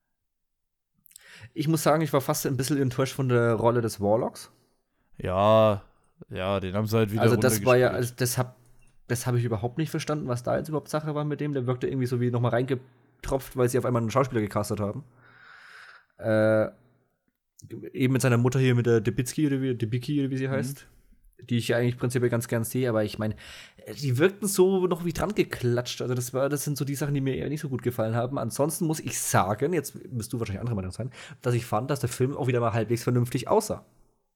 Ich muss sagen, ich war fast ein bisschen enttäuscht von der Rolle des Warlocks. ja, ja, den haben sie halt wieder Also das war ja, runtergespielt. also das hab, das habe ich überhaupt nicht verstanden, was da jetzt überhaupt Sache war mit dem. Der wirkte irgendwie so wie nochmal reingetropft, weil sie auf einmal einen Schauspieler gecastet haben. Äh, eben mit seiner Mutter hier, mit der Debicki oder wie, Debicki oder wie sie heißt. Die ich ja eigentlich prinzipiell ganz gern sehe, aber ich meine, die wirkten so noch wie dran geklatscht. Also das war, das sind so die Sachen, die mir eher nicht so gut gefallen haben. Ansonsten muss ich sagen, jetzt müsst du wahrscheinlich andere Meinung sein, dass ich fand, dass der Film auch wieder mal halbwegs vernünftig aussah.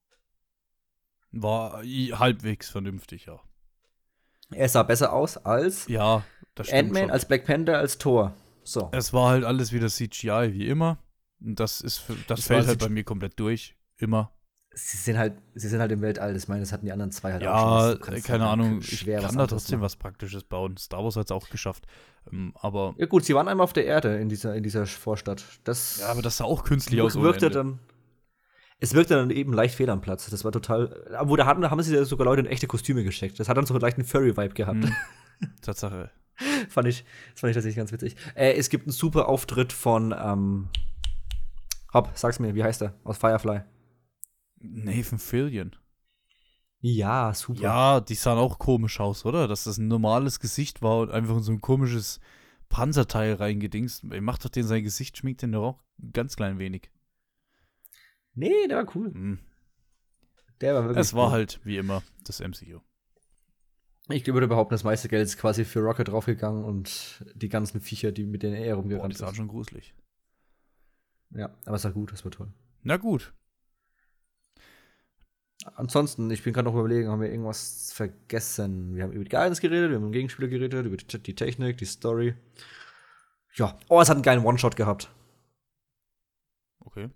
War i- halbwegs vernünftig, ja. Er sah besser aus als Ja, das stimmt Ant-Man, schon. als Black Panther, als Thor. So. Es war halt alles wieder C G I, wie immer. Das ist für, das Es fällt war halt sie- bei mir komplett durch. Immer. Sie sind halt, sie sind halt im Weltall. Ich meine, das hatten die anderen zwei halt auch Ja, schon. Du kannst keine da Ahnung. Ich schwer was kann da anderes trotzdem machen. was Praktisches bauen. Star Wars hat es auch geschafft. Ähm, aber, Ja gut, sie waren einmal auf der Erde in dieser, in dieser Vorstadt. Das ja, aber das sah auch künstlich aus. ohne wirkte Ende. dann. Es wirkte dann eben leicht fehl am Platz. Das war total. Aber da hatten, haben sie sogar Leute in echte Kostüme gesteckt. Das hat dann so leicht einen Furry-Vibe gehabt. Hm, Tatsache. fand ich, das fand ich tatsächlich ganz witzig. Äh, es gibt einen super Auftritt von, ähm, Hopp, sag's mir, wie heißt er? Aus Firefly. Nathan Fillion. Ja, super. Ja, die sahen auch komisch aus, oder? Dass das ein normales Gesicht war und einfach in so ein komisches Panzerteil reingedingst. Er macht doch den sein Gesicht, schminkt den doch auch ein ganz klein wenig. Nee, der war cool. Hm. Der war wirklich Es war cool. halt, wie immer, das M C U. Ich würde behaupten, das meiste Geld ist quasi für Rocket draufgegangen und die ganzen Viecher, die mit denen er Boah, die rumgerannt sahen ist. schon gruselig. Ja, aber es war gut, das war toll. Na gut. Ansonsten, ich bin gerade noch überlegen, haben wir irgendwas vergessen? Wir haben über die Guidance geredet, wir haben über den Gegenspieler geredet, über die die Technik, die Story. Ja, oh, es hat einen geilen One-Shot gehabt. Okay.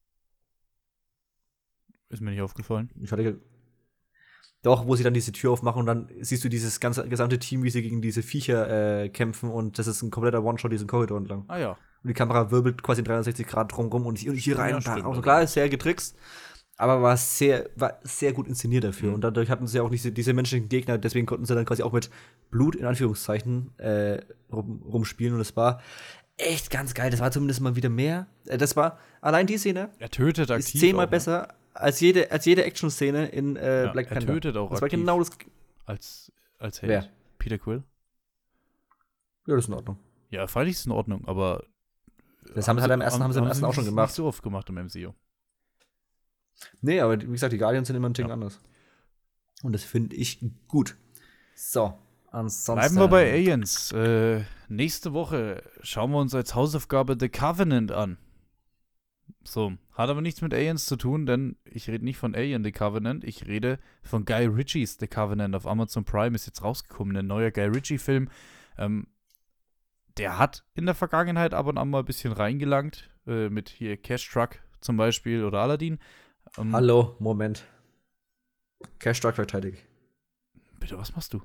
Ist mir nicht aufgefallen. Ich hatte ge- Doch, wo sie dann diese Tür aufmachen und dann siehst du dieses ganze gesamte Team, wie sie gegen diese Viecher äh, kämpfen und das ist ein kompletter One-Shot diesen Korridor entlang. Ah ja. Und die Kamera wirbelt quasi in dreihundertsechzig Grad drumrum und hier, hier rein Ja, und da stimmt, raus. also. Klar, ist sehr getrickst, aber war sehr, war sehr gut inszeniert dafür. Mhm. Und dadurch hatten sie auch nicht diese, diese menschlichen Gegner, deswegen konnten sie dann quasi auch mit Blut, in Anführungszeichen, äh, rum, rumspielen. Und es war echt ganz geil. Das war zumindest mal wieder mehr. Äh, das war, allein die Szene Er tötet ist aktiv. zehnmal auch, ne? besser als jede, als jede Action-Szene in äh, Ja, Black er Panther. tötet auch Das war aktiv. genau das. Als, als Held. Wer? Peter Quill? Ja, das ist in Ordnung. Ja, freilich ist es in Ordnung, aber. Das haben sie halt im ersten- haben sie im ersten auch schon nicht- gemacht. Nicht so oft gemacht im M C U. Nee, aber wie gesagt, die Guardians sind immer ein Tick Ja. anders. Und das finde ich gut. So, ansonsten. Bleiben wir bei Aliens. Äh, nächste Woche schauen wir uns als Hausaufgabe The Covenant an. So, hat aber nichts mit Aliens zu tun, denn ich rede nicht von Alien The Covenant, ich rede von Guy Ritchies The Covenant. Auf Amazon Prime ist jetzt rausgekommen, ein neuer Guy Ritchie-Film. Ähm, der hat in der Vergangenheit ab und an mal ein bisschen reingelangt, äh, mit hier Cash Truck zum Beispiel oder Aladdin. Ähm, Hallo, Moment. Cash Truck verteidigen. Bitte, was machst du?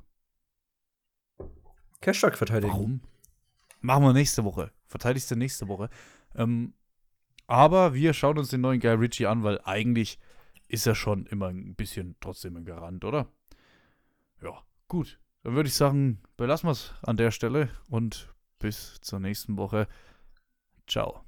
Cash Truck verteidigen. Warum? Machen wir nächste Woche. Verteidigst du nächste Woche. Ähm, aber wir schauen uns den neuen Guy Ritchie an, weil eigentlich ist er schon immer ein bisschen trotzdem ein Garant, oder? Ja, gut. Dann würde ich sagen, belassen wir es an der Stelle und bis zur nächsten Woche. Ciao.